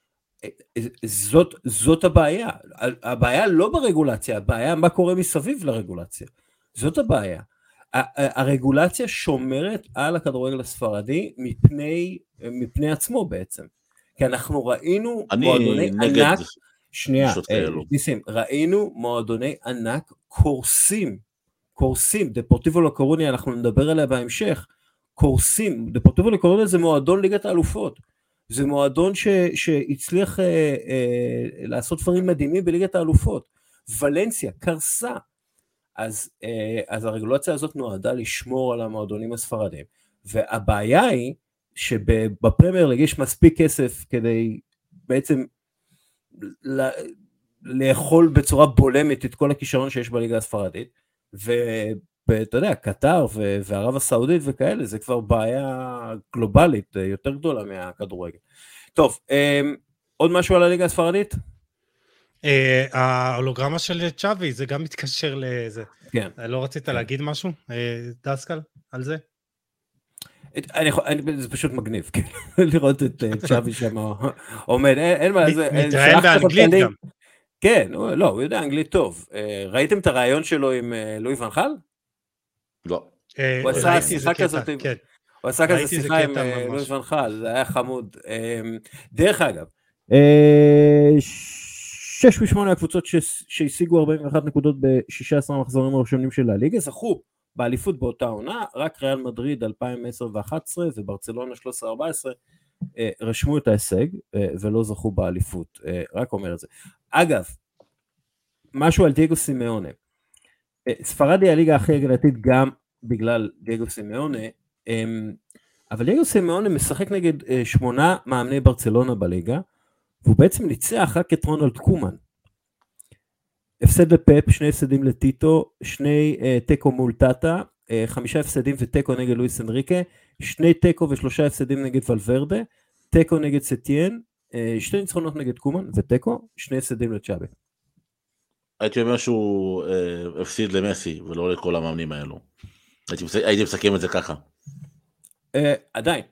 זאת, זאת הבעיה. הבעיה לא ברגולציה, הבעיה מה קורה מסביב לרגולציה. זאת הבעיה. הרגולציה שומרת על הכדורגל הספרדי מפני, מפני עצמו בעצם. כי אנחנו ראינו מועדוני ענק, שנייה, ניסים, ראינו מועדוני ענק קורסים, קורסים, דפורטיבו לה קורוניה, אנחנו נדבר עליה בהמשך, קורסים, דפורטיבו לה קורוניה זה מועדון ליגת האלופות, זה מועדון ש, שהצליח אה, אה, לעשות דברים מדהימים בליגת האלופות, ולנסיה, קרסה, אז, אה, אז הרגולציה הזאת נועדה לשמור על המועדונים הספרדים, והבעיה היא שבפרמייר ליג יש מספיק כסף כדי בעצם ל, לאכול בצורה בולמת את כל הכישרון שיש בליגה הספרדית, ואתה יודע, קטר וערב הסעודית וכאלה, זה כבר בעיה גלובלית יותר גדולה מהכדורגל. טוב, עוד משהו על הליגה הספרדית? ההולוגרמה של צ'אבי, זה גם מתקשר לזה. כן. לא רצית להגיד משהו, דסקל, על זה? זה פשוט מגניב, לראות את צ'אבי שם עומד, אין מה, מתראיין באנגלית גם. כן, לא, הוא יודע אנגלית טוב. ראיתם את הרעיון שלו עם לואי ון חאל? לא. הוא עשה שיחה כזאת, הוא עשה כזאת שיחה עם לואי ון חאל, זה היה חמוד. דרך אגב, שש ושמונה הקבוצות שהשיגו ארבעים ואחת נקודות ב-שישה עשר המחזורים הראשונים של הליגה, זכו באליפות באותה עונה, רק ריאל מדריד אלפיים עשר ואחת עשרה וברצלונה שלוש עשרה ארבע עשרה רשמו את ההישג ולא זכו באליפות, רק אומר את זה. אגב, משהו על דייגו סימאונה, ספרד היא הליגה הכי הגנתית גם בגלל דייגו סימאונה, אבל דייגו סימאונה משחק נגד שמונה מאמני ברצלונה בליגה, והוא בעצם ניצח רק את רונלד קומן. הפסד לפפ, שני הפסדים לטיטו, שני uh, טקו מול טאטה, uh, חמישה הפסדים וטקו נגד לואיס אנריקה, שני טקו ושלושה הפסדים נגד ולוורדה, טקו נגד סטיין, uh, שתי ניצחונות נגד קומן וטקו, שני הפסדים לצ'אבי. הייתי אומר שהוא uh, הפסיד למסי ולא לכל המאמנים האלו. הייתי, הייתי מסכם את זה ככה. Uh, עדיין.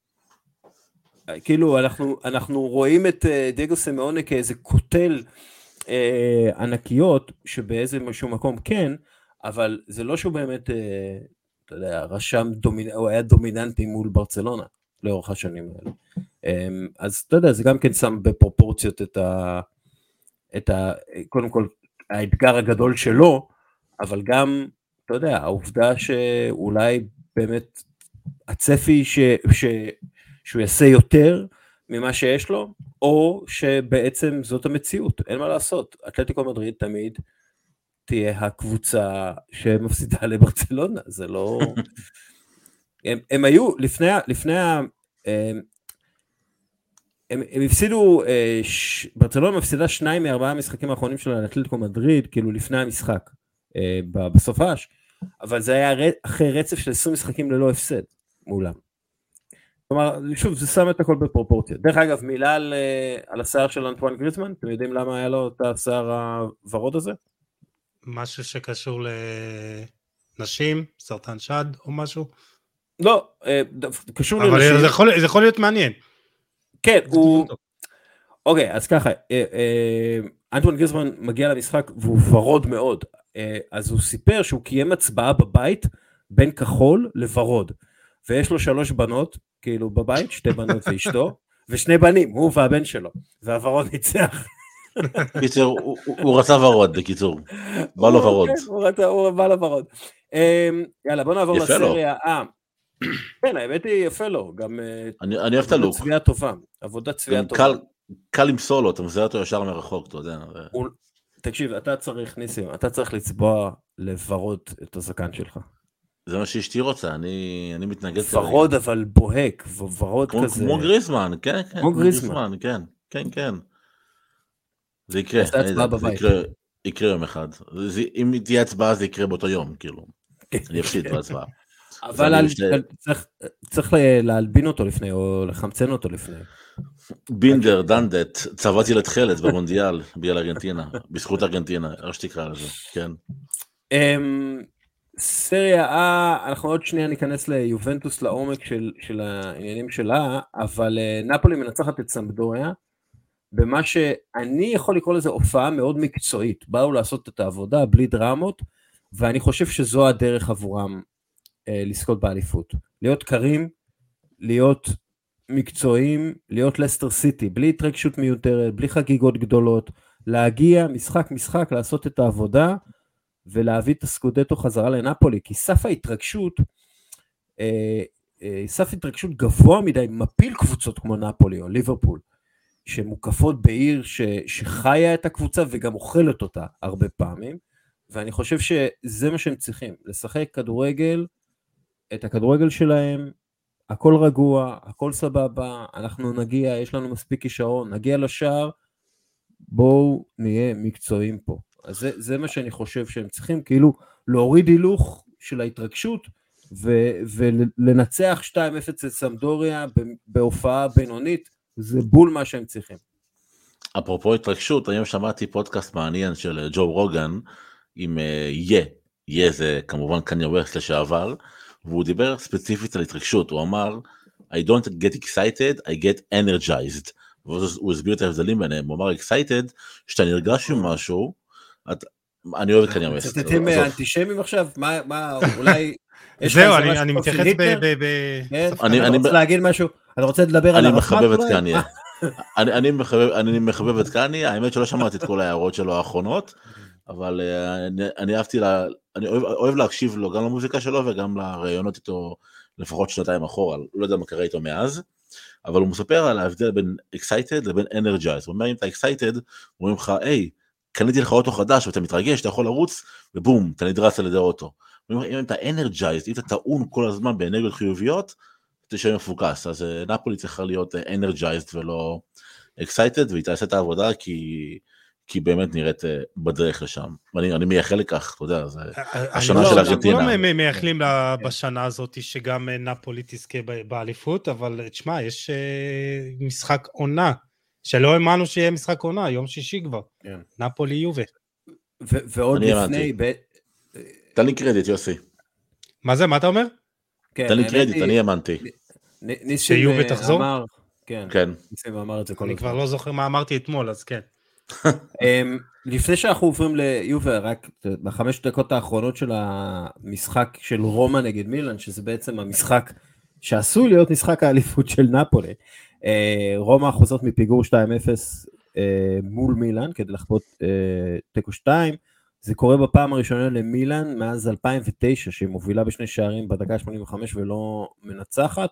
כאילו אנחנו, אנחנו רואים את uh, דייגו סימאונה כאיזה קוטל אה, ענקיות, שבאיזה משהו מקום כן, אבל זה לא שהוא באמת, אה, אתה יודע, רשם, דומינ... הוא היה דומיננטי מול ברצלונה, לאורך השנים האלה. אה, אז אתה יודע, זה גם כן שם בפרופורציות את ה... את ה... קודם כל, האתגר הגדול שלו, אבל גם, אתה יודע, העובדה שאולי באמת הצפי ש... ש... שהוא יעשה יותר ממה שיש לו, או שבעצם זאת המציאות, אין מה לעשות. אתלטיקו מדריד תמיד תהיה הקבוצה שמפסידה לברצלונה, זה לא... הם, הם היו, לפני, לפני ה... הם, הם הפסידו, ש... ברצלונה מפסידה שניים מארבעה המשחקים האחרונים של אתלטיקו מדריד, כאילו לפני המשחק, בסופש, אבל זה היה אחרי רצף של עשרים משחקים ללא הפסד, מולם. כלומר, שוב, זה שם את הכל בפרופורציה. דרך אגב, מילה על, על השיער של אנטואן גריזמן, אתם יודעים למה היה לו את השיער הוורוד הזה? משהו שקשור לנשים, סרטן שד או משהו? לא, קשור אבל לנשים. אבל זה יכול, זה יכול להיות מעניין. כן, הוא... אוקיי, אז ככה, אנטואן גריזמן מגיע למשחק והוא ורוד מאוד, אז הוא סיפר שהוא קיים הצבעה בבית בין כחול לוורוד, ויש לו שלוש בנות, כאילו בבית, שתי בנות ואשתו, ושני בנים, הוא והבן שלו, והוורוד ניצח. קיצור, הוא רצה ורוד, בקיצור. בא לו ורוד. הוא בא לו ורוד. יאללה, בוא נעבור לסריה. כן, האמת היא יפה לו, גם... אני אוהב את הלוק. עבודת צביעה טובה, עבודת צביעה טובה. קל למסור לו, אתה מזהה אותו ישר מרחוק, אתה יודע. תקשיב, אתה צריך, ניסים, אתה צריך לצבוע לוורוד את הזקן שלך. זה מה שאשתי רוצה, אני, אני מתנגד. ורוד אבל בוהק, ורוד כמו, כזה. כמו גריזמן, כן, כן. כמו גריזמן. כן, כן, כן. זה יקרה, זה יקרה, יקרה יום אחד. זה, אם תהיה הצבעה זה יקרה באותו יום, כאילו. אני אפסיד בהצבעה. אבל על, שתי... צריך, צריך להלבין אותו לפני, או לחמצן אותו לפני. בינדר, דנדט, צבעתי לתחלת במונדיאל, בגלל ארגנטינה, בזכות ארגנטינה, איך שתקרא לזה, כן. סריה A, אנחנו עוד שנייה ניכנס ליובנטוס לעומק של, של העניינים שלה, אבל נפולי מנצחת את סמפדוריה, במה שאני יכול לקרוא לזה הופעה מאוד מקצועית, באו לעשות את העבודה בלי דרמות, ואני חושב שזו הדרך עבורם אה, לזכות באליפות. להיות קרים, להיות מקצועיים, להיות לסטר סיטי, בלי התרגשות מיותרת, בלי חגיגות גדולות, להגיע משחק משחק, לעשות את העבודה, ולהביא את הסקודטו חזרה לנפולי, כי סף ההתרגשות, אה, אה, סף התרגשות גבוה מדי, מפיל קבוצות כמו נפולי או ליברפול, שמוקפות בעיר ש, שחיה את הקבוצה וגם אוכלת אותה הרבה פעמים, ואני חושב שזה מה שהם צריכים, לשחק כדורגל, את הכדורגל שלהם, הכל רגוע, הכל סבבה, אנחנו נגיע, יש לנו מספיק כישרון, נגיע לשער, בואו נהיה מקצועיים פה. אז זה, זה מה שאני חושב שהם צריכים, כאילו להוריד הילוך של ההתרגשות, ו, ולנצח שתיים אפס את סמפדוריה בהופעה בינונית, זה בול מה שהם צריכים. אפרופו התרגשות, היום שמעתי פודקאסט מעניין של ג'ו רוגן, עם יה, יה זה כמובן קניה ווסט לשעבר, והוא דיבר ספציפית על התרגשות, הוא אמר, I don't get excited, I get energized, והוא הסביר את ההבדלים ביניהם, הוא אמר excited, שאתה נרגש עם משהו, אני אוהב את קניה ווסט. אתם אנטישמים עכשיו? מה, אולי... זהו, אני מתייחס ב... אתה רוצה להגיד משהו? אתה רוצה לדבר על... אני מחבב את קניה. אני, אני, מחבב, אני מחבב את קני, האמת שלא שמעתי את כל ההערות שלו האחרונות, אבל uh, אני, אני אהבתי, לה, אני אוהב, אוהב להקשיב לו, גם למוזיקה שלו וגם לראיונות איתו לפחות שנתיים אחורה, לא יודע מה קרה איתו מאז, אבל הוא מספר על ההבדל בין excited לבין energized, הוא אומר אם אתה excited, הוא אומר לך, היי, קניתי לך אוטו חדש ואתה מתרגש, אתה יכול לרוץ, ובום, אתה נדרס על ידי אוטו. הוא אומר, אם אתה energized, אם אתה טעון כל הזמן באנרגיות חיוביות, תשאר מפוקס, אז נפולי צריכה להיות energized ולא excited, והיא תעשה את העבודה כי, כי באמת נראית בדרך לשם. ואני אני מייחל לכך, אתה יודע, זה השנה לא, של ארגנטינה. אנחנו לא מייחלים בשנה הזאת שגם נפולי תזכה באליפות, אבל תשמע, יש משחק עונה, שלא האמנו שיהיה משחק עונה, יום שישי כבר, נפולי יובה. ועוד לפני... תן לי קרדיט, יוסי. מה זה, מה אתה אומר? תן לי קרדיט, אני האמנתי. שיובה תחזור? כן, ניסים אמר את זה כל הזמן. אני כבר לא זוכר מה אמרתי אתמול, אז כן. לפני שאנחנו עוברים ליובה, רק בחמש דקות האחרונות של המשחק של רומא נגד מילאן, שזה בעצם המשחק שעשוי להיות משחק האליפות של נפולי. רומא חוזרת מפיגור שתיים אפס מול מילאן, כדי לחפות תיקו שתיים, זה קורה בפעם הראשונה למילאן מאז אלפיים ותשע, שהיא מובילה בשני שערים בדקה שמונים וחמש ולא מנצחת.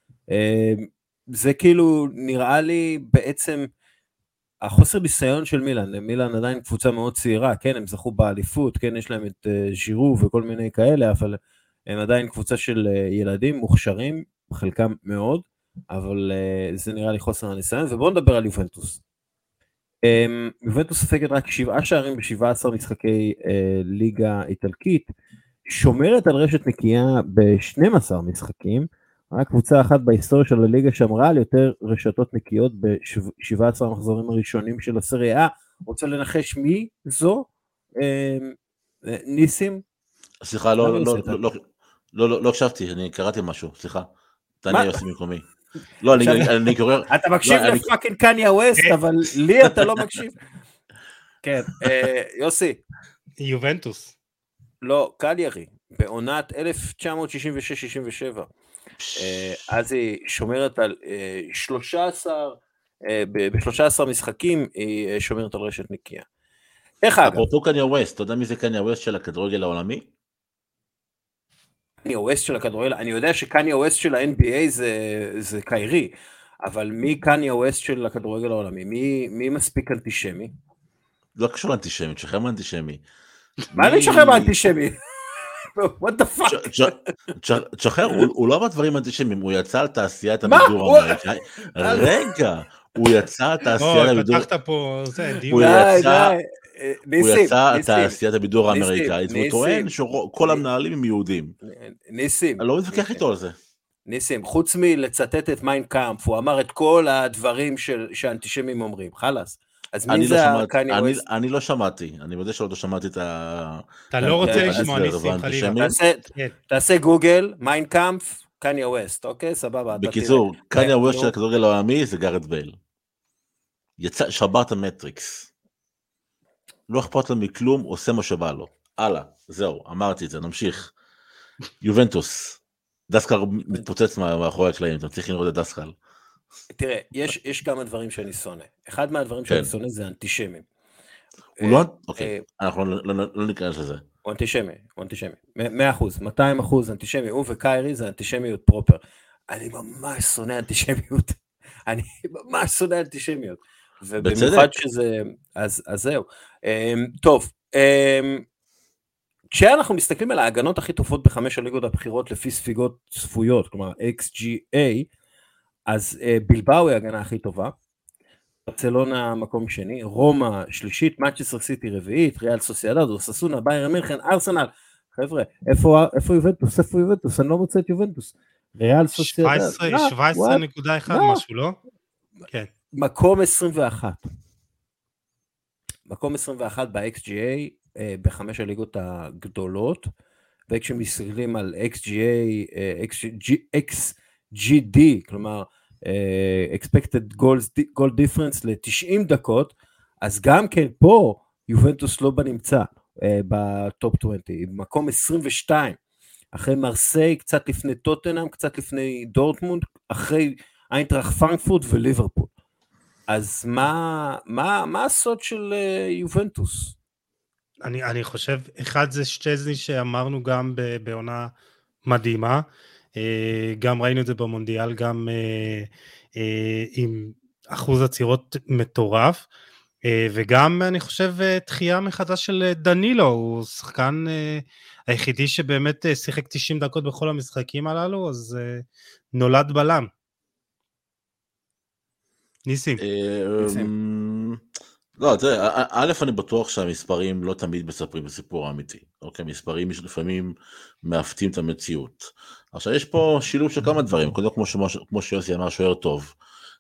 זה כאילו נראה לי בעצם החוסר ניסיון של מילאן, מילאן עדיין קבוצה מאוד צעירה, כן, הם זכו באליפות, כן, יש להם את ז'ירו וכל מיני כאלה, אבל הם עדיין קבוצה של ילדים מוכשרים, חלקם מאוד, אבל זה נראה לי חוסר הניסיון, ובואו נדבר על יובנטוס. יובנטוס ספגת רק שבעה שערים ב-שבעה עשר משחקי ליגה איטלקית, שומרת על רשת נקייה ב-שנים עשר משחקים, רק קבוצה אחת בהיסטוריה של הליגה שמרה על יותר רשתות נקיות ב-שבעה עשר המחזורים הראשונים של הסריה. רוצה לנחש מי זו? ניסים? סליחה, לא, לא, לא, לא, לא הקשבתי, אני קראתי משהו, סליחה. תעני יוסי מקומי. לא, אני קורא... אתה מקשיב לפאקינג קניה ווסט, אבל לי אתה לא מקשיב. כן, יוסי. יובנטוס. לא, קליירי, בעונת אלף תשע מאות שישים ושש שישים ושבע. אז היא שומרת על שלושה עשר, ב-שלושה עשר משחקים היא שומרת על רשת נקייה. איך אגב? אפרופו קניה ווסט, אתה יודע מי זה קניה ווסט של הכדורגל העולמי? קניה ווסט של הכדורגל, אני יודע שקניה ווסט של ה-אן בי איי זה, זה קיירי, אבל מי קניה ווסט של הכדורגל העולמי? מי, מי מספיק אנטישמי? לא קשור לאנטישמי, תשחרר מאנטישמי. מה אני תשחרר מאנטישמי? what the fuck? תשחרר, הוא לא אמר דברים אנטישמיים, הוא יצא על תעשיית הבידור האמריקאי. רגע, הוא יצא על תעשיית הבידור... לא, פתחת פה, זה דיון. הוא יצא על תעשיית הבידור האמריקאית, והוא טוען שכל המנהלים הם יהודים. ניסים. אני לא מתווכח איתו על זה. ניסים, חוץ מלצטט את מיין קאמפ, הוא אמר את כל הדברים שהאנטישמים אומרים, חלאס. אז מי זה קניה ווסט? אני לא שמעתי, אני יודע שלא שמעתי את ה... אתה לא רוצה לשמוע ניסים חלילה. תעשה גוגל, מיין קאמפ, קניה ווסט, אוקיי? סבבה. בקיצור, קניה ווסט של הכדורגל העולמי זה גארד בייל. יצא, שבר את המטריקס. לא אכפת לו מכלום, עושה מה שבא לו. הלאה, זהו, אמרתי את זה, נמשיך. יובנטוס, דסקל מתפוצץ מאחורי הקלעים, אתם צריכים לראות את דסקל. תראה, יש, יש כמה דברים שאני שונא. אחד מהדברים שאני שונא זה אנטישמים. הוא לא, אוקיי, אנחנו לא ניכנס לזה. הוא אנטישמי, הוא אנטישמי. מאה אחוז, מאתיים אחוז אנטישמי, הוא וקיירי זה אנטישמיות פרופר. אני ממש שונא אנטישמיות. אני ממש שונא אנטישמיות. ובמיוחד שזה, אז זהו. טוב, כשאנחנו מסתכלים על ההגנות הכי טובות בחמש הליגות הבכירות לפי ספיגות צפויות, כלומר אקס ג'י איי, אז בלבאו היא ההגנה הכי טובה, ברצלונה מקום שני, רומא שלישית, מנצ'סטר סיטי רביעית, ריאל סוסיידד, אוססונה, ביירן מינכן, ארסנל, חבר'ה, איפה יובנטוס? איפה יובנטוס? אני לא מוצא את יובנטוס. ריאל סוסיידד. שבע עשרה נקודה אחת משהו, לא? כן. מקום עשרים ואחת. מקום עשרים ואחת ב-אקס ג'י איי, בחמש הליגות הגדולות, וכשמסתכלים על אקס ג'י איי, אקס ג'י די, כלומר, expected goal difference ל-תשעים דקות, אז גם כן פה, יובנטוס לא בנמצא בטופ עשרים, מקום עשרים ושתיים, אחרי מרסיי, קצת לפני טוטנהאם, קצת לפני דורטמונד, אחרי איינטראכט פרנקפורט וליברפול. אז מה, מה, מה הסוד של יובנטוס? אני, אני חושב, אחד זה שצ'זני שאמרנו גם בעונה מדהימה, גם ראינו את זה במונדיאל, גם עם אחוז עצירות מטורף, וגם אני חושב תחייה מחדש של דנילו, הוא שחקן היחידי שבאמת שיחק תשעים דקות בכל המשחקים הללו, אז נולד בלם. ניסים. לא, תראה, א', אני בטוח שהמספרים לא תמיד מספרים בסיפור האמיתי, אוקיי? מספרים שלפעמים מאפתים את המציאות. עכשיו, יש פה שילוב של כמה דברים, קודם כמו שיוסי אמר, שוער טוב.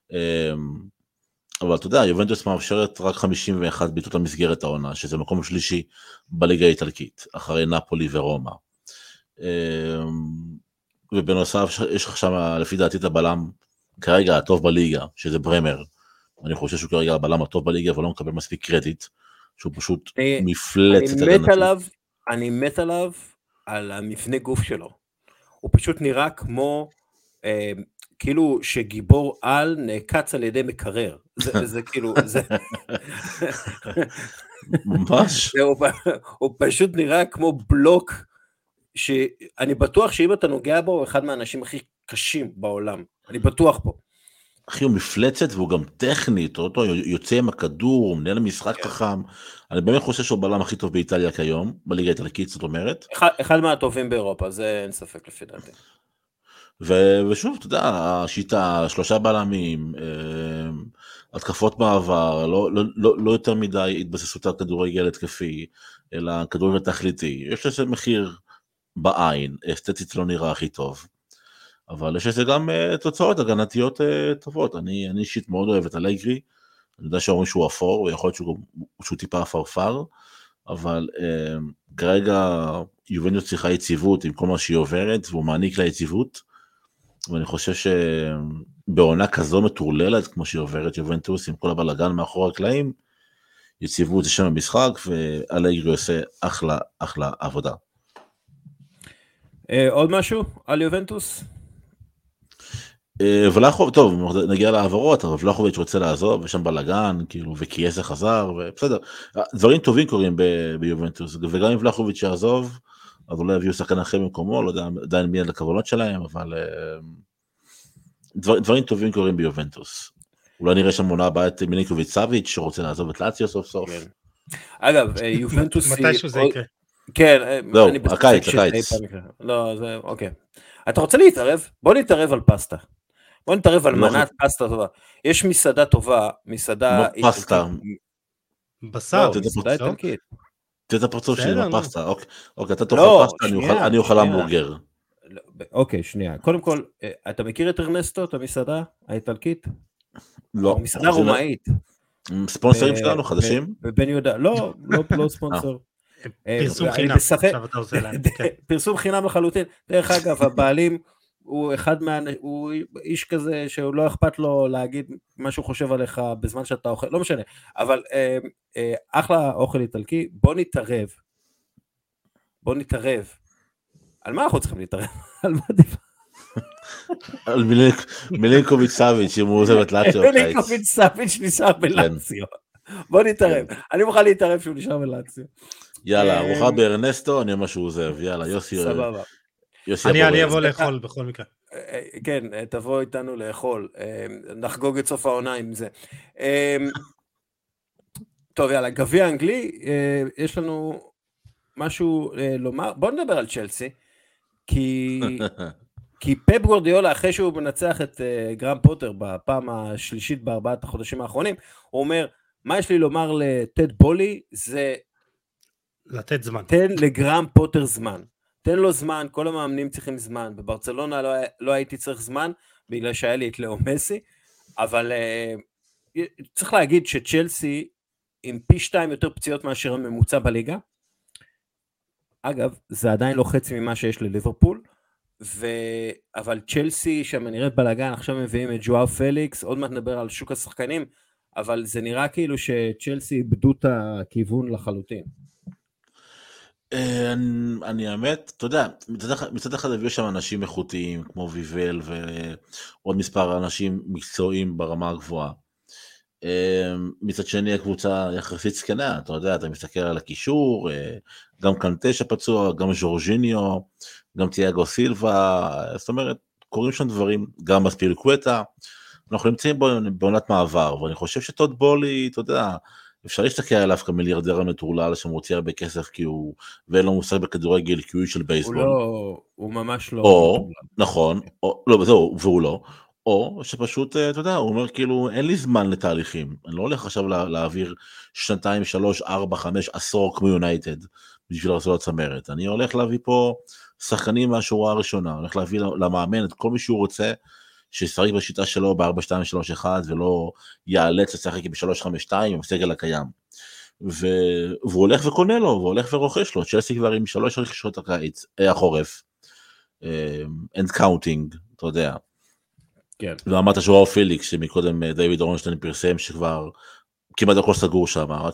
אבל אתה יודע, יובנטוס מאפשרת רק חמישים ואחת בעיטות למסגרת העונה, שזה מקום שלישי בליגה האיטלקית, אחרי נפולי ורומא. ובנוסף, יש לך שם, לפי דעתי, את הבלם, כרגע הטוב בליגה, שזה ברמר. אני חושב שהוא כרגע הבלם הטוב בליגה, אבל לא מקבל מספיק קרדיט, שהוא פשוט מפלצת הגנתית. אני מת עליו, על המבנה גוף שלו. הוא פשוט נראה כמו, אה, כאילו שגיבור על נעקץ על ידי מקרר. זה, זה כאילו, זה... ממש? זה, הוא, הוא פשוט נראה כמו בלוק, שאני בטוח שאם אתה נוגע בו, הוא אחד מהאנשים הכי קשים בעולם. אני בטוח פה. אחי, הוא מפלצת והוא גם טכני, אותו יוצא עם הכדור, הוא מנהל משחק חכם, אני באמת חושב שהוא בלם הכי טוב באיטליה כיום, בליגה האיטלקית, זאת אומרת. אחד, אחד מהטובים באירופה, זה אין ספק לפי דעתי. ושוב, אתה יודע, השיטה, שלושה בלמים, התקפות מעבר, לא, לא, לא, לא יותר מדי התבססות על כדורגל התקפי, אלא כדורגל תכליתי. יש לזה מחיר בעין, אסתטית לא נראה הכי טוב. אבל יש לזה גם uh, תוצאות הגנתיות uh, טובות. אני, אני אישית מאוד אוהב את אלגרי, אני יודע שאומרים שהוא אפור, ויכול להיות שהוא, שהוא טיפה אפרפר, אבל uh, כרגע יובנטוס צריכה יציבות עם כל מה שהיא עוברת, והוא מעניק לה יציבות, ואני חושב שבעונה כזו מטורללת, כמו שהיא עוברת יובנטוס, עם כל הבלגן מאחורי הקלעים, יציבות זה שם המשחק, ואלגרי עושה אחלה, אחלה עבודה. Uh, עוד משהו על יובנטוס? ולחוב, טוב, נגיע לעברות, אבל ולחוביץ' רוצה לעזוב, ושם בלגן, כאילו, וקייסה חזר, ובסדר, דברים טובים קורים ביובנטוס, וגם אם ולחוביץ' יעזוב, אז אולי יביאו שחקן אחר במקומו, לא יודע עדיין מי עד הכוונות שלהם, אבל דבר, דברים טובים קורים ביובנטוס. אולי נראה שם מונה הבאה את מילינקוביץ' סאביץ', שרוצה לעזוב את לאציו סוף סוף. כן. אגב, יובנטוס... מתישהו זה יקרה. כן, זהו, הקיץ, הקיץ. לא, זה, אוקיי. אתה רוצה להתערב? בוא נתערב על פסטה. בוא נתערב על מנת פסטה טובה. יש מסעדה טובה, מסעדה... פסטה. בשר. מסעדה איטלקית. תראה את הפרצוף שלי עם הפסטה. אוקיי, אתה תאכל פסטה, אני אוכל המבורגר. אוקיי, שנייה. קודם כל, אתה מכיר את ארנסטו, את המסעדה האיטלקית? לא. מסעדה רומאית. ספונסרים שלנו, חדשים? בבן יהודה. לא, לא ספונסור. פרסום חינם, עכשיו אתה עושה להם. פרסום חינם לחלוטין. דרך אגב, הבעלים הוא אחד מה... הוא איש כזה שהוא לא אכפת לו להגיד מה שהוא חושב עליך בזמן שאתה אוכל, לא משנה. אבל אחלה אוכל איטלקי, בוא נתערב. בוא נתערב. על מה אנחנו צריכים להתערב? על מה דיבר? על מילינקוביץ' סאביץ', אם הוא עוזב את לאציו. מילינקוביץ' סאביץ' נשאר בלאציו. בוא נתערב. אני מוכן להתערב שהוא נשאר בלאציו. יאללה, ארוחה בארנסטו, אני אומר שהוא עוזב. יאללה, יוסי. סבבה. אני אבוא לאכול בכל מקרה. כן, תבוא איתנו לאכול. נחגוג את סוף העונה עם זה. טוב, יאללה, גביע אנגלי, יש לנו משהו לומר. בוא נדבר על צ'לסי, כי... כי פפ גוארדיולה, אחרי שהוא מנצח את גרם פוטר בפעם השלישית בארבעת החודשים האחרונים, הוא אומר, מה יש לי לומר לטד בולי, זה... לתת זמן. תן לגרם פוטר זמן. תן לו זמן, כל המאמנים צריכים זמן. בברצלונה לא, לא הייתי צריך זמן, בגלל שהיה לי את לאו מסי, אבל uh, צריך להגיד שצ'לסי, עם פי שתיים יותר פציעות מאשר הממוצע בליגה, אגב, זה עדיין לא חצי ממה שיש לליברפול, ו... אבל צ'לסי שם נראית בלגן, עכשיו מביאים את ג'ואר פליקס, עוד מעט נדבר על שוק השחקנים, אבל זה נראה כאילו שצ'לסי איבדו את הכיוון לחלוטין. אני האמת, אתה יודע, מצד אחד הביאו שם אנשים איכותיים, כמו ויבל ועוד מספר אנשים מקצועיים ברמה הגבוהה. מצד שני הקבוצה יחסית סקנה, אתה יודע, אתה מסתכל על הקישור, גם קנטה שפצוע, גם ז'ורג'יניו, גם תיאגו סילבה, זאת אומרת, קוראים שם דברים, גם אספיליקווטה, אנחנו נמצאים בעונת מעבר, ואני חושב שטוד בולי, אתה יודע, אפשר להסתכל עליו כמיליארדר המטורלל שמוציא הרבה כסף, כי הוא, ואין לו מושג בכדורגל, כי הוא איש של בייסבול. הוא לא, הוא ממש לא. או, נכון, או, לא, זהו, והוא לא. או שפשוט, אתה יודע, הוא אומר כאילו, אין לי זמן לתהליכים, אני לא הולך עכשיו לה, להעביר שנתיים, שלוש, ארבע, חמש, עשור כמו יונייטד, בשביל לעשות הצמרת. אני הולך להביא פה שחקנים מהשורה הראשונה, הולך להביא למאמן את כל מי שהוא רוצה, שישחק בשיטה שלו ב-ארבע שתיים שלוש אחת, ולא יאלץ לשחק ב-שלוש חמש שתיים, עם הסגל הקיים. ו... והוא הולך וקונה לו, והוא הולך ורוכש לו, צ'לסי כבר עם שלוש רכישות הקיץ, החורף, end counting, אתה יודע. כן. ואמרת ז'ואאו פיליקס, שמקודם דיוויד אורנשטיין פרסם שכבר כמעט הכל סגור שם, רק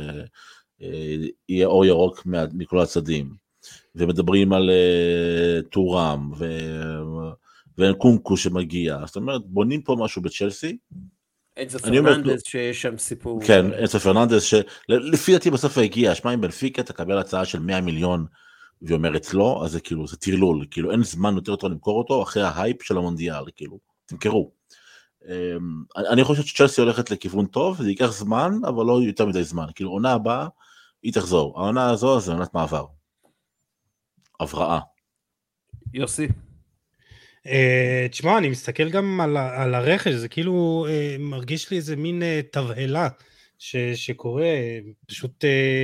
שיהיה אור ירוק מכל הצדדים. ומדברים על טורם, ו... וקונקו שמגיע, זאת אומרת, בונים פה משהו בצ'לסי. אנצו פרננדס שיש שם סיפור. כן, אנצו פרננדס, שלפי דעתי בסוף הגיע, שמע אם בנפיקה תקבל הצעה של מאה מיליון, והיא אומרת לא, אז זה כאילו, זה תרלול, כאילו אין זמן יותר יותר למכור אותו, אחרי ההייפ של המונדיאל, כאילו, תמכרו. אני חושב שצ'לסי הולכת לכיוון טוב, זה ייקח זמן, אבל לא יותר מדי זמן, כאילו עונה הבאה, היא תחזור, העונה הזו זה עונת מעבר. הבראה. יוסי. תשמע, אני מסתכל גם על הרכש, זה כאילו מרגיש לי איזה מין תבהלה שקורה, פשוט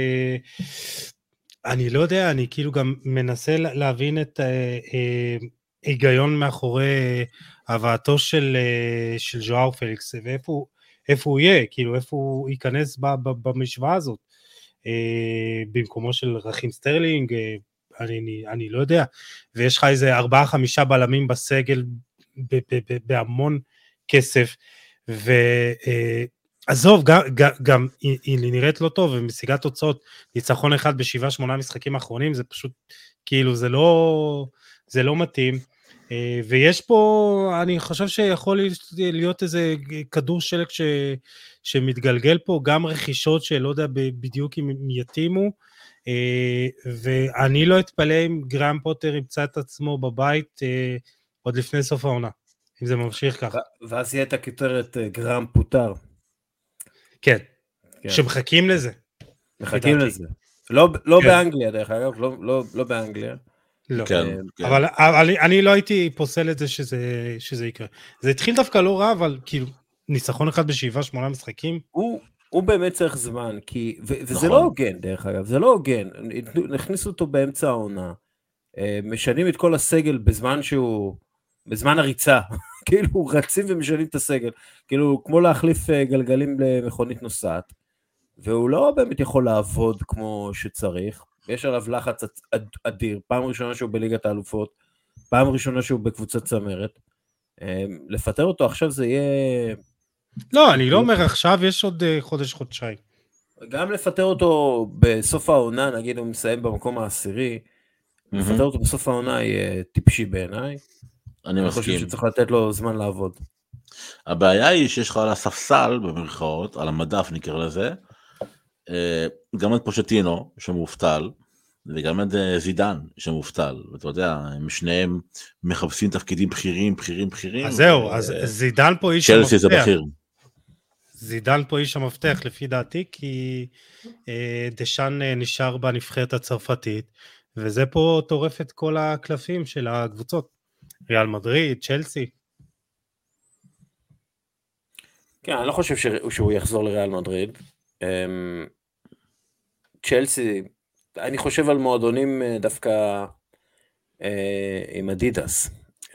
אני לא יודע, אני כאילו גם מנסה להבין את ההיגיון מאחורי הבאתו של ז'ואאו פליקס, ואיפה הוא יהיה, כאילו איפה הוא ייכנס במשוואה הזאת, במקומו של רכים סטרלינג, אני, אני לא יודע, ויש לך איזה ארבעה חמישה בלמים בסגל ב, ב, ב, בהמון כסף, ועזוב, גם, גם היא, היא נראית לא טוב, ומשיגת תוצאות, ניצחון אחד בשבעה שמונה משחקים האחרונים, זה פשוט, כאילו זה לא, זה לא מתאים, ויש פה, אני חושב שיכול להיות איזה כדור שלג ש, שמתגלגל פה, גם רכישות שלא יודע בדיוק אם יתימו, ואני לא אתפלא אם גרם פוטר ימצא את עצמו בבית עוד לפני סוף העונה, אם זה ממשיך ככה. ואז יהיה את הכותרת גרם פוטר. כן, שמחכים לזה. מחכים לזה. לא באנגליה דרך אגב, לא באנגליה. לא, אבל אני לא הייתי פוסל את זה שזה יקרה. זה התחיל דווקא לא רע, אבל כאילו ניצחון אחד בשבעה שמונה משחקים. הוא הוא באמת צריך זמן, כי, ו, וזה לא הוגן דרך אגב, זה לא הוגן, נכניסו אותו באמצע העונה, משנים את כל הסגל בזמן שהוא, בזמן הריצה, כאילו רצים ומשנים את הסגל, כאילו כמו להחליף גלגלים למכונית נוסעת, והוא לא באמת יכול לעבוד כמו שצריך, יש עליו לחץ אדיר, פעם ראשונה שהוא בליגת האלופות, פעם ראשונה שהוא בקבוצת צמרת, לפטר אותו עכשיו זה יהיה... לא, אני לא אומר עכשיו, יש עוד חודש, חודשיים. גם לפטר אותו בסוף העונה, נגיד הוא מסיים במקום העשירי, לפטר אותו בסוף העונה יהיה טיפשי בעיניי. אני חושב שצריך לתת לו זמן לעבוד. הבעיה היא שיש לך על הספסל, במרכאות, על המדף נקרא לזה, גם את פושטינו שמופתל, וגם את זידן שמופתל, ואתה יודע, הם שניהם מחפשים תפקידים בכירים, בכירים, בכירים. אז זהו, אז זידן פה איש המפתח. צ'לסי זה בכיר. זידן פה איש המפתח לפי דעתי, כי דשן נשאר בנבחרת הצרפתית, וזה פה טורף את כל הקלפים של הקבוצות. ריאל מדריד, צ'לסי. כן, אני לא חושב שהוא יחזור לריאל מדריד. צ'לסי, אני חושב על מועדונים דווקא עם אדידס.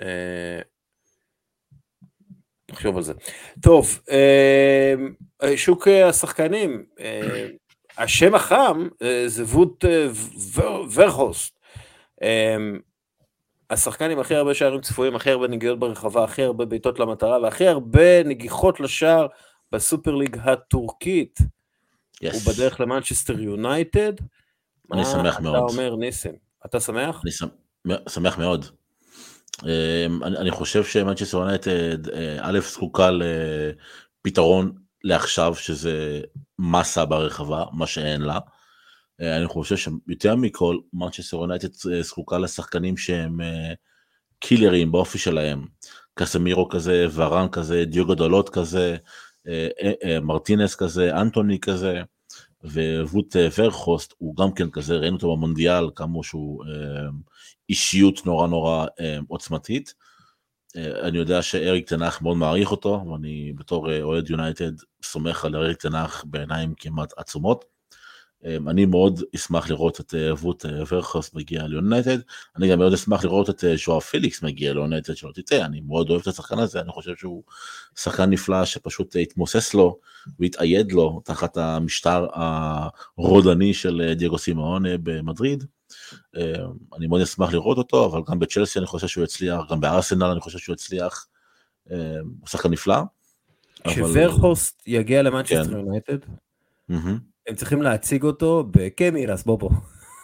נחשוב על זה. טוב, שוק השחקנים, השם החם זה ווד ורהוסט. השחקן עם הכי הרבה שערים צפויים, הכי הרבה נגיעות ברחבה, הכי הרבה בעיטות למטרה, והכי הרבה נגיחות לשער בסופר ליג הטורקית. Yes. הוא בדרך למנצ'סטר יונייטד. אני שמח מאוד. מה אתה אומר, ניסים? אתה שמח? אני שמח מאוד. אני, אני חושב שמנצ'סטר יונייטד, א' זקוקה לפתרון לעכשיו שזה מסה ברחבה, מה שאין לה. אני חושב שיותר מכל, מנצ'סטר יונייטד זקוקה לשחקנים שהם קילרים באופי שלהם, קסמירו כזה, ורן כזה, דיוגו דולות כזה, מרטינס כזה, אנטוני כזה, ווט ורחוסט הוא גם כן כזה, ראינו אותו במונדיאל, כמו שהוא אישיות נורא נורא עוצמתית. אני יודע שאריק תנח מאוד מעריך אותו, ואני בתור אוהד יונייטד סומך על אריק תנח בעיניים כמעט עצומות. אני מאוד אשמח לראות את ווט ורחוסט מגיע ליונייטד, אני גם מאוד אשמח לראות את ז'ואאו פליקס מגיע ליונייטד, שלא תצא, אני מאוד אוהב את השחקן הזה, אני חושב שהוא שחקן נפלא שפשוט התמוסס לו והתאייד לו תחת המשטר הרודני של דייגו סימאונה במדריד. אני מאוד אשמח לראות אותו, אבל גם בצ'לסי אני חושב שהוא יצליח, גם בארסנל אני חושב שהוא יצליח, הוא שחקן נפלא. כשוורחוסט יגיע למנצ'סטר יונייטד, הם צריכים להציג אותו בקמירס בובו.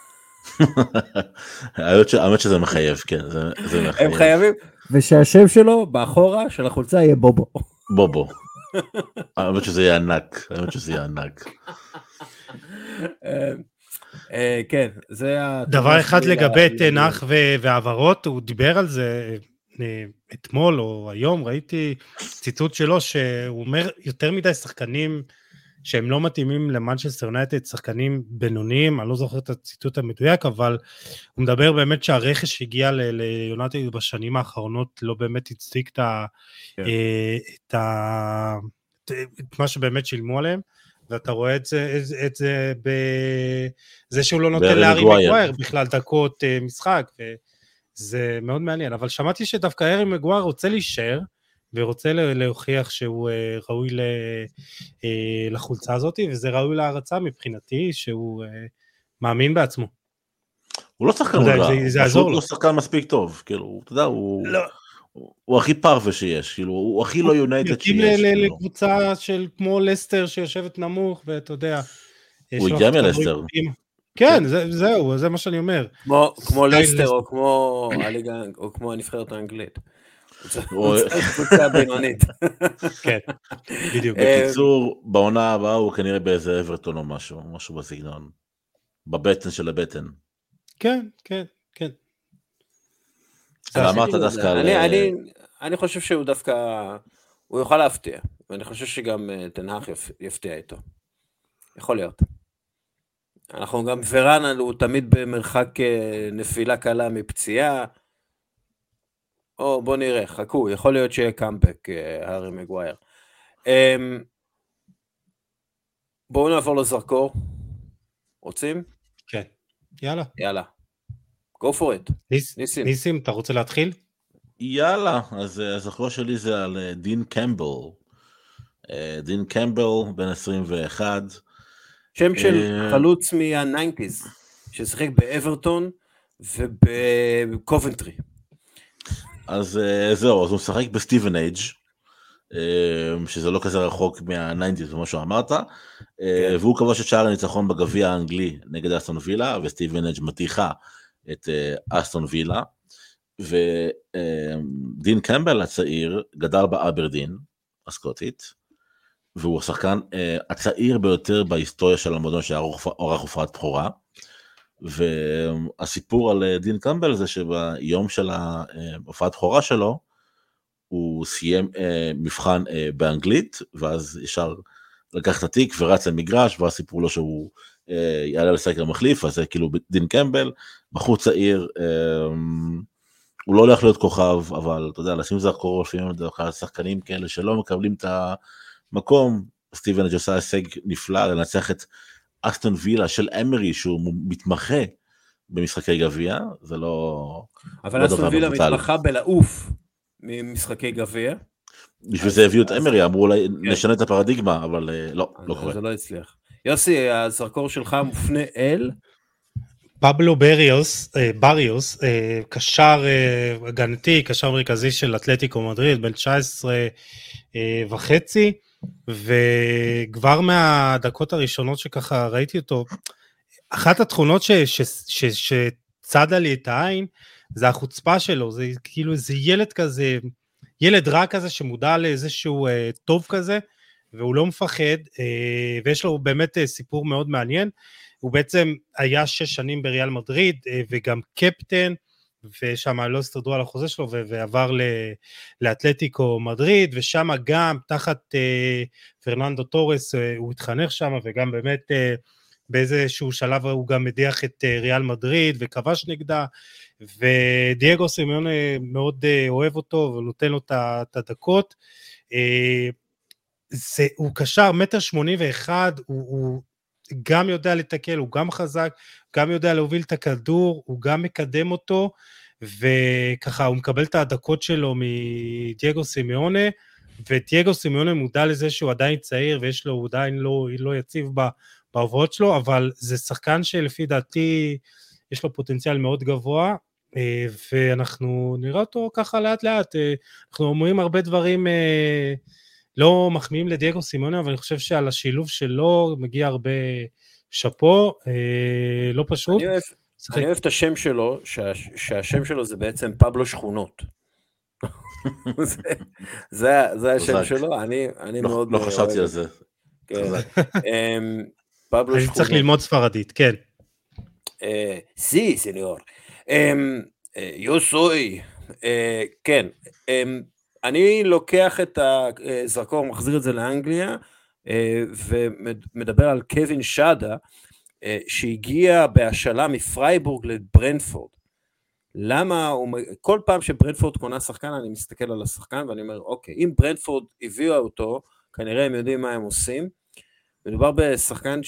האמת שזה מחייב, כן, זה מחייב. הם חייבים, ושהשם שלו באחורה של החולצה יהיה בובו. בובו. האמת שזה יהיה ענק, האמת שזה יהיה ענק. כן, זה... דבר אחד לגבי תנח והעברות, הוא דיבר על זה אתמול או היום, ראיתי ציטוט שלו שהוא אומר יותר מדי שחקנים שהם לא מתאימים למנצ'סטר יונייטד, שחקנים בינוניים, אני לא זוכר את הציטוט המדויק, אבל הוא מדבר באמת שהרכש שהגיע ליונייטד בשנים האחרונות לא באמת הצדיק את ה... את ה... את מה שבאמת שילמו עליהם, ואתה רואה את זה, את זה בזה שהוא לא נותן לארי מגווייר בכלל דקות משחק, וזה מאוד מעניין, אבל שמעתי שדווקא הארי מגווייר רוצה להישאר, ורוצה להוכיח שהוא ראוי לחולצה הזאת, וזה ראוי להרצה מבחינתי, שהוא מאמין בעצמו. הוא לא שחקן רע, הוא לא שחקן מספיק טוב, כאילו, אתה יודע, הוא הכי פרווה שיש, כאילו, הוא הכי לא יונייטד שיש. לקבוצה של כמו לסטר שיושבת נמוך, ואתה יודע, הוא הגיע מלסטר. כן, זהו, זה מה שאני אומר. כמו לסטר, או כמו הנבחרת האנגלית. קבוצה בינונית. כן, בדיוק. בקיצור, בעונה הבאה הוא כנראה באיזה אברטון או משהו, משהו בסגנון. בבטן של הבטן. כן, כן, כן. אמרת דווקא... אני חושב שהוא דווקא, הוא יוכל להפתיע, ואני חושב שגם תנח יפתיע איתו. יכול להיות. אנחנו גם, ורן הוא תמיד במרחק נפילה קלה מפציעה, או בוא נראה, חכו, יכול להיות שיהיה קאמבק, הארי מגווייר. בואו נעבור לזרקור. רוצים? כן. יאללה. יאללה. Go for it. ניסים. ניסים, אתה רוצה להתחיל? יאללה, אז הזרקור שלי זה על דין קמבל. דין קמבל, בן עשרים ואחת. שם של חלוץ מה-תשעים, ששחק באברטון ובקובנטרי. אז זהו, אז הוא משחק בסטיבן אייג', שזה לא כזה רחוק מה-תשעים, כמו שאמרת, והוא כבש את שער הניצחון בגביע האנגלי נגד אסטון וילה, וסטיבן אייג' מתיחה את אסטון וילה, ודין קמבל הצעיר גדל באברדין הסקוטית, והוא השחקן הצעיר ביותר בהיסטוריה של המועדון שערך הופעת בכורה, והסיפור על דין קמבל זה שביום של ההופעת בכורה שלו, הוא סיים מבחן באנגלית, ואז ישר לקח את התיק ורץ למגרש, ואז סיפרו לו שהוא יעלה לשחק למחליף, אז זה כאילו דין קמבל, בחור צעיר, הוא לא הולך להיות כוכב, אבל אתה יודע, לשים זרקור לפעמים שחקנים כאלה שלא מקבלים את המקום, סטיבן אייג' עושה הישג נפלא לנצח את אסטון וילה של אמרי, שהוא מתמחה במשחקי גביע, זה לא... אבל אסטון וילה מתמחה בלעוף ממשחקי גביע. בשביל זה הביאו את אמרי, אמרו אולי נשנה את הפרדיגמה, אבל לא, לא קורה. זה לא הצליח. יוסי, הזרקור שלך מופנה אל... פבלו בריוס, בריוס, קשר הגנתי, קשר מרכזי של אתלטיקו מדריד, בן תשע עשרה וחצי, וכבר מהדקות הראשונות שככה ראיתי אותו, אחת התכונות שצדה לי את העין, זה החוצפה שלו, זה כאילו איזה ילד כזה, ילד רע כזה שמודע לאיזשהו טוב כזה, והוא לא מפחד, ויש לו באמת סיפור מאוד מעניין, הוא בעצם היה שש שנים בריאל מדריד, וגם קפטן, ושם לא הסתדרו על החוזה שלו, ועבר לאתלטיקו מדריד, ושם גם תחת פרננדו טורס, הוא התחנך שם, וגם באמת באיזשהו שלב הוא גם מדיח את ריאל מדריד, וכבש נגדה, ודייגו סימיונה מאוד אוהב אותו, ונותן לו את הדקות, זה, הוא קשר מטר שמונים ואחד, הוא, הוא גם יודע לתקל, הוא גם חזק, גם יודע להוביל את הכדור, הוא גם מקדם אותו, וככה הוא מקבל את הדקות שלו מדייגו סימיונה, ודייגו סימיונה מודע לזה שהוא עדיין צעיר, ויש לו, הוא עדיין לא, לא יציב בעברות שלו, אבל זה שחקן שלפי דעתי, יש לו פוטנציאל מאוד גבוה, ואנחנו נראה אותו ככה לאט לאט, אנחנו אומרים הרבה דברים, לא מחמיאים לדייגו סימיונה, אבל אני חושב שעל השילוב שלו מגיע הרבה שפו, לא פשוט. אני אוהב, אני אוהב את השם שלו, שה, שהשם שלו זה בעצם פבלו שכונות. זה, זה, זה השם שלו, אני, אני לא, מאוד... לא חשבתי על זה. כן. פבלו אני שכונות. צריך ללמוד ספרדית, כן. סי, סניור. יו סוי. כן. אני לוקח את הזרקור, מחזיר את זה לאנגליה, ומדבר על קווין שדה, שהגיע בהשאלה מפרייבורג לברנפורד. למה, כל פעם שברנפורד קונה שחקן, אני מסתכל על השחקן, ואני אומר, אוקיי, אם ברנפורד הביאו אותו, כנראה הם יודעים מה הם עושים, מדובר בשחקן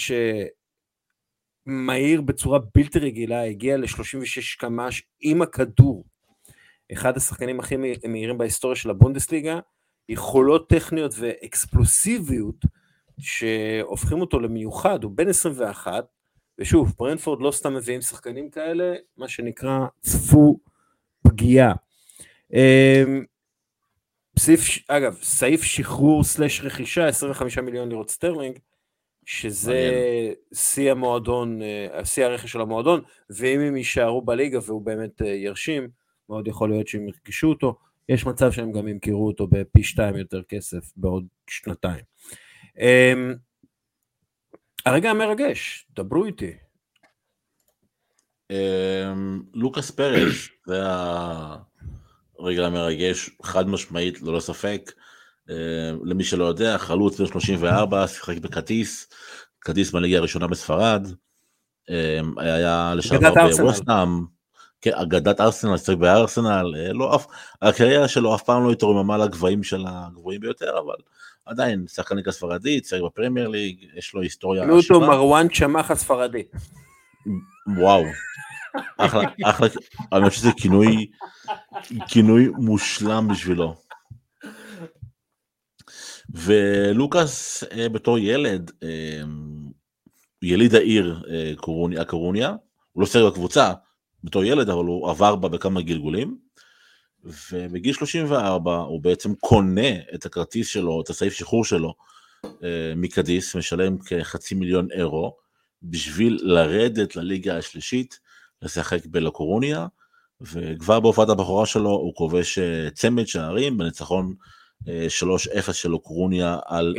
שמהיר בצורה בלתי רגילה, הגיע ל-שלושים ושש קמ"ש עם הכדור, אחד השחקנים הכי מהירים בהיסטוריה של הבונדסליגה, יכולות טכניות ואקספלוסיביות, שהופכים אותו למיוחד, הוא בן עשרים ואחת, ושוב, ברנפורד לא סתם מביאים שחקנים כאלה, מה שנקרא צפו פגיעה. סעיף, אגב, סעיף שחרור סלש רכישה, עשרים וחמישה מיליון לירות סטרלינג, שזה שיא המועדון, שיא הרכש של המועדון, ואם הם יישארו בליגה והוא באמת ירשים, מאוד יכול להיות שהם ירכשו אותו, יש מצב שהם גם ימכרו אותו בפי שתיים יותר כסף בעוד שנתיים. הרגע המרגש, דברו איתי. לוקאס פרז, זה הרגע המרגש, חד משמעית, ללא ספק, למי שלא יודע, חלוץ בן שלושים וארבע, שיחק בקטיס, קטיס בליגה הראשונה בספרד, היה לשעבר בווסטהאם, אגדת ארסנל, שיחק בארסנל, לא אף, הקריירה שלו אף פעם לא התרוממה לגבהים של הגבוהים ביותר, אבל עדיין, שחקן ליגה ספרדית, שיחק בפרמייר ליג, יש לו היסטוריה עשירה. אותו מרואן צ'מח הספרדי. וואו, אחלה, אחלה, אני חושב שזה כינוי, כינוי מושלם בשבילו. ולוקאס בתור ילד, יליד העיר הקורוניה, הוא לא שיחק בקבוצה בתור ילד, אבל הוא עבר בה בכמה גלגולים, ובגיל שלושים וארבע הוא בעצם קונה את הכרטיס שלו, את הסעיף שחרור שלו מקדיס, משלם כחצי מיליון אירו, בשביל לרדת לליגה השלישית, לשחק בלקורוניה, וכבר בהופעת הבכורה שלו הוא כובש צמד שערים בניצחון שלוש אפס של לקורוניה על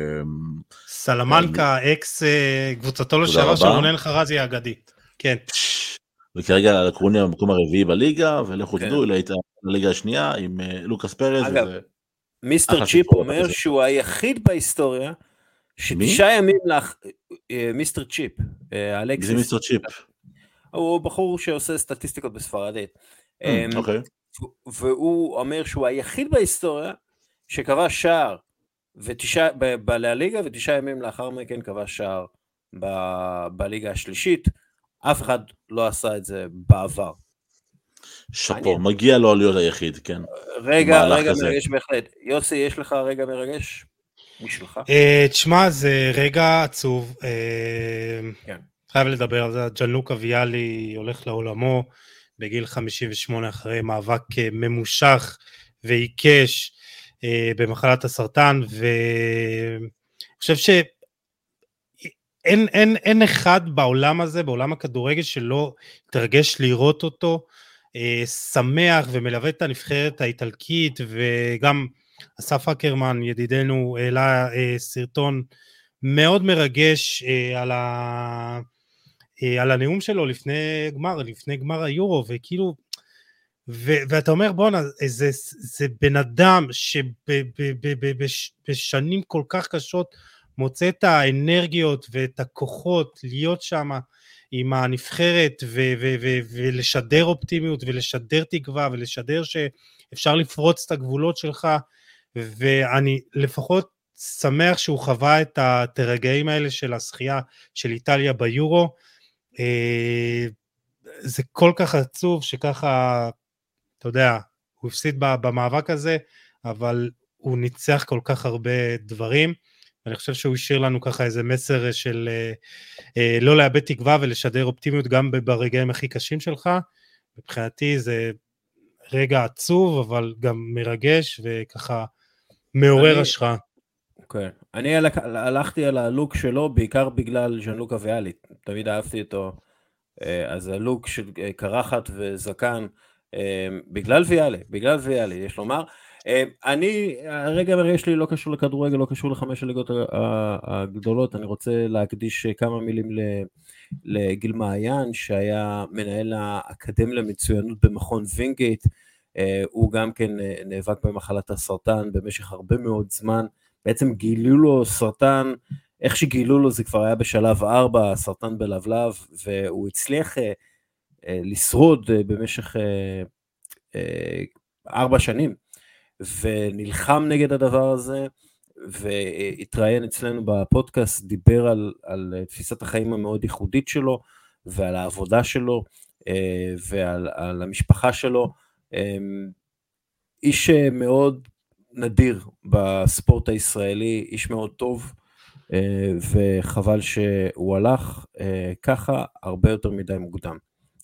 סלמנקה, אקס קבוצתו לשעבר של רונן חרזי האגדית. כן. וכרגע לקורוניה במקום הרביעי בליגה, ולכו תדעו לליגה השנייה עם לוקאס פרז. אגב, מיסטר צ'יפ אומר שהוא היחיד בהיסטוריה, שתשעה ימים לך, מיסטר צ'יפ, אלכסיס. זה מיסטר צ'יפ. הוא בחור שעושה סטטיסטיקות בספרדית. אוקיי. והוא אומר שהוא היחיד בהיסטוריה, שקבע שער בליגה, ותשעה ימים לאחר מכן קבע שער בליגה השלישית. אף אחד לא עשה את זה בעבר. שפו, מגיע לו להיות היחיד, כן. רגע, רגע מרגש בהחלט. יוסי, יש לך רגע מרגש? משלך? תשמע, זה רגע עצוב. חייב לדבר על זה. ג'אנלוקה ויאלי הולך לעולמו בגיל חמישים ושמונה אחרי מאבק ממושך ועיקש במחלת הסרטן, ואני חושב ש... אין, אין, אין אחד בעולם הזה, בעולם הכדורגל, שלא תרגש לראות אותו, אה, שמח ומלווה את הנבחרת האיטלקית, וגם אסף אקרמן, ידידנו, העלה סרטון מאוד מרגש על ה... על הנאום שלו לפני גמר, לפני גמר היורו, וכאילו, ו, ואתה אומר, בוא, זה, זה בן אדם שבשנים כל כך קשות מוצא את האנרגיות ואת הכוחות להיות שם עם הנבחרת ו, ו, ו, ולשדר אופטימיות ולשדר תקווה ולשדר שאפשר לפרוץ את הגבולות שלך, ואני לפחות שמח שהוא חווה את הרגעים האלה של השחייה של איטליה ביורו. זה כל כך עצוב שככה, אתה יודע, הוא הפסיד במאבק הזה, אבל הוא ניצח כל כך הרבה דברים, ואני חושב שהוא השאיר לנו ככה איזה מסר של לא לאבד תקווה ולשדר אופטימיות גם ברגעים הכי קשים שלך. מבחינתי זה רגע עצוב, אבל גם מרגש וככה מעורר השראה. אוקיי, אני הלכתי על הלוק שלו בעיקר בגלל ז'אנלוקה ויאלי, תמיד אהבתי אותו, אז הלוק של קרחת וזקן, בגלל ויאלי, בגלל ויאלי, יש לומר. אני, הרגע מרגש לי לא קשור לכדורגל, לא קשור לחמש הליגות הגדולות, אני רוצה להקדיש כמה מילים לגיל מעיין, שהיה מנהל האקדמיה למצוינות במכון וינגייט, הוא גם כן נאבק במחלת הסרטן במשך הרבה מאוד זמן, בעצם גילו לו סרטן, איך שגילו לו זה כבר היה בשלב ארבע, סרטן בלבלב, והוא הצליח אה, אה, לשרוד אה, במשך אה, אה, ארבע שנים, ונלחם נגד הדבר הזה, והתראיין אצלנו בפודקאסט, דיבר על, על תפיסת החיים המאוד ייחודית שלו, ועל העבודה שלו, אה, ועל על המשפחה שלו, אה, איש מאוד נדיר בספורט הישראלי, איש מאוד טוב, וחבל שהוא הלך ככה הרבה יותר מדי מוקדם.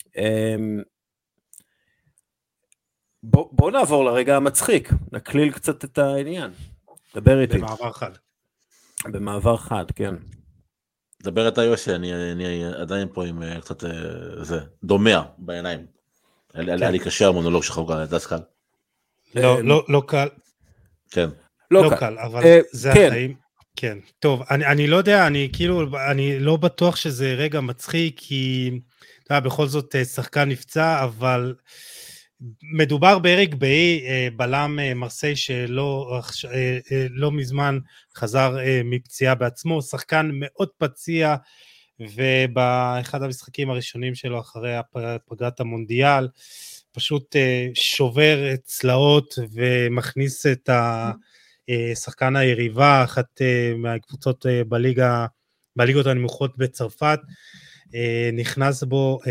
בוא, בוא נעבור לרגע המצחיק, נקליל קצת את העניין. דבר איתי. במעבר חד. במעבר חד, כן. דבר את היושי, אני, אני עדיין פה עם קצת זה, דומע בעיניים. היה לי קשה המונולוג שלך כאן, דסקל. לא, לא, לא קל. כן. לא, לא קל, קל, אבל uh, זה כן. החיים. כן. טוב, אני, אני לא יודע, אני כאילו, אני לא בטוח שזה רגע מצחיק, כי אתה יודע, בכל זאת שחקן נפצע, אבל מדובר באריק באי, בלם מרסיי שלא לא מזמן חזר מפציעה בעצמו, שחקן מאוד פציע, ובאחד המשחקים הראשונים שלו אחרי פגרת המונדיאל, פשוט שובר צלעות ומכניס את השחקן היריבה, אחת מהקבוצות בליגה, בליגות הנמוכות בצרפת, נכנס בו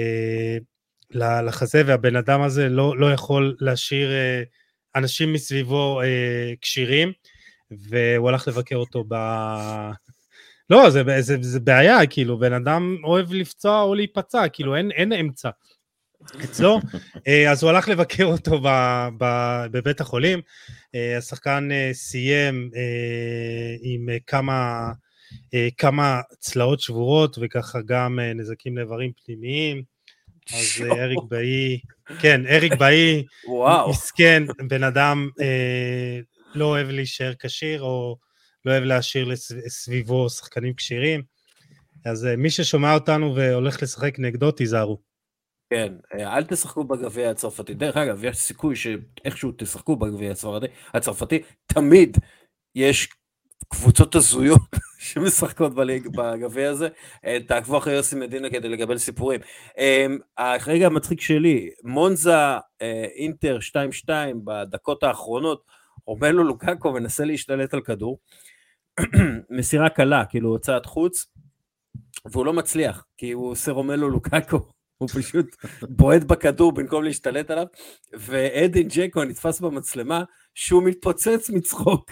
לחזה, והבן אדם הזה לא, לא יכול להשאיר אנשים מסביבו קשירים, והוא הלך לבקר אותו ב... לא, זה, זה, זה בעיה, כאילו, בן אדם אוהב לפצוע או להיפצע, כאילו, אין, אין אמצע. אצלו, אז הוא הלך לבקר אותו ב, ב, בבית החולים, השחקן סיים עם כמה, כמה צלעות שבורות, וככה גם נזקים לאיברים פנימיים, אז אריק באי, כן, אריק באי, מסכן, בן אדם לא אוהב להישאר קשיר, או לא אוהב להשאיר לסביבו שחקנים קשירים, אז מי ששומע אותנו והולך לשחק נגדו, תיזהרו. כן, אל תשחקו בגביע הצרפתי, דרך אגב, יש סיכוי שאיכשהו תשחקו בגביע הצרפתי, תמיד יש קבוצות הזויות שמשחקות בגביע הזה, תעקבו אחרי יוסי מדינה כדי לקבל סיפורים. הרגע המצחיק שלי, מונזה אינטר שתיים שתיים בדקות האחרונות, רומלו לוקאקו מנסה להשתלט על כדור, מסירה קלה, כאילו הוצאת חוץ, והוא לא מצליח, כי הוא עושה רומלו לוקאקו, הוא פשוט בועט בכדור במקום להשתלט עליו, ואדין ג'קו נתפס במצלמה, שהוא מתפוצץ מצחוק.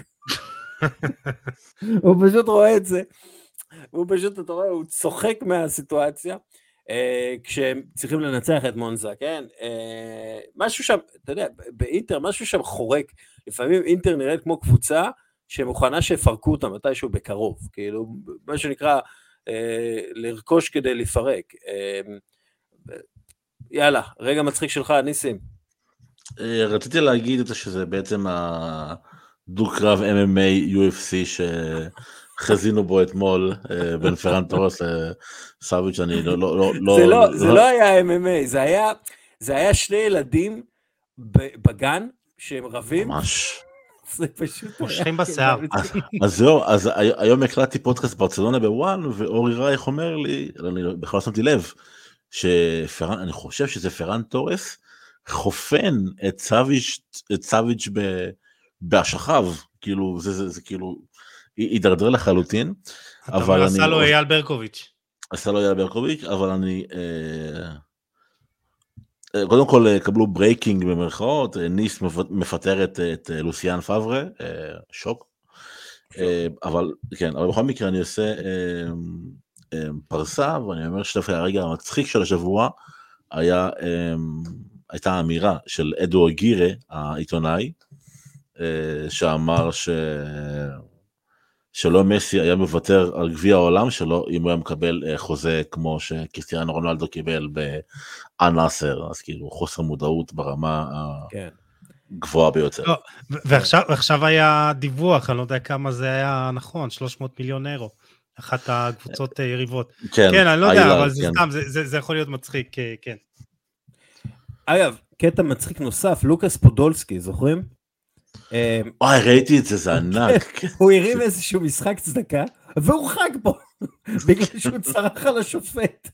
הוא פשוט רואה את זה, הוא פשוט, אתה רואה, הוא צוחק מהסיטואציה, כשהם צריכים לנצח את מונזה, כן? משהו שם, אתה יודע, באינטר, משהו שם חורק, לפעמים אינטר נראית כמו קבוצה, שמוכנה שיפרקו אותה מתישהו בקרוב, כאילו, מה שנקרא, לרכוש כדי לפרק. יאללה, רגע מצחיק שלך, ניסים. רציתי להגיד את זה שזה בעצם דו-קרב אם אם איי יו אף סי שחזינו בו אתמול בין פרן טורס לסאביץ', אני לא... לא, לא, זה לא, לא, זה לא היה אם אם איי, זה היה, זה היה שני ילדים בגן שהם רבים. ממש. זה פשוט... מושכים בשיער. אז זהו, אז היום הקלטתי פודקאסט ברצלונה בוואן, ואורי רייך אומר לי, אני בכלל שמתי לב, שפרן, אני חושב שזה פרן טורס, חופן את סאביץ', את סאביץ' בהשכב, כאילו, זה, זה, זה כאילו, הידרדר לחלוטין. אתה אומר, עשה לו אייל ברקוביץ'. עשה לו אייל ברקוביץ', אבל אני... קודם כל קבלו ברייקינג במרכאות, ניס מפטרת את לוסיאן פאברה, שוק, אבל כן, אבל בכל מקרה אני עושה פרסה, ואני אומר שדווקא הרגע המצחיק של השבוע, היה, הייתה אמירה של אדו גירה, העיתונאי, שאמר ש... שלא מסי היה מוותר על גביע העולם שלו, אם הוא היה מקבל חוזה כמו שקריסטיאנו רונלדו קיבל באל-נאסר, אז כאילו חוסר מודעות ברמה הגבוהה ביותר. לא, ועכשיו היה דיווח, אני לא יודע כמה זה היה נכון, שלוש מאות מיליון אירו, אחת הקבוצות יריבות. כן, כן אני לא יודע, אבל זה סתם, זה, זה יכול להיות מצחיק, כן. אגב, קטע מצחיק נוסף, לוקאס פודולסקי, זוכרים? אוי, ראיתי את זה, זה ענק. הוא הרים איזשהו משחק צדקה, והוא חג בו, בגלל שהוא צרח על השופט.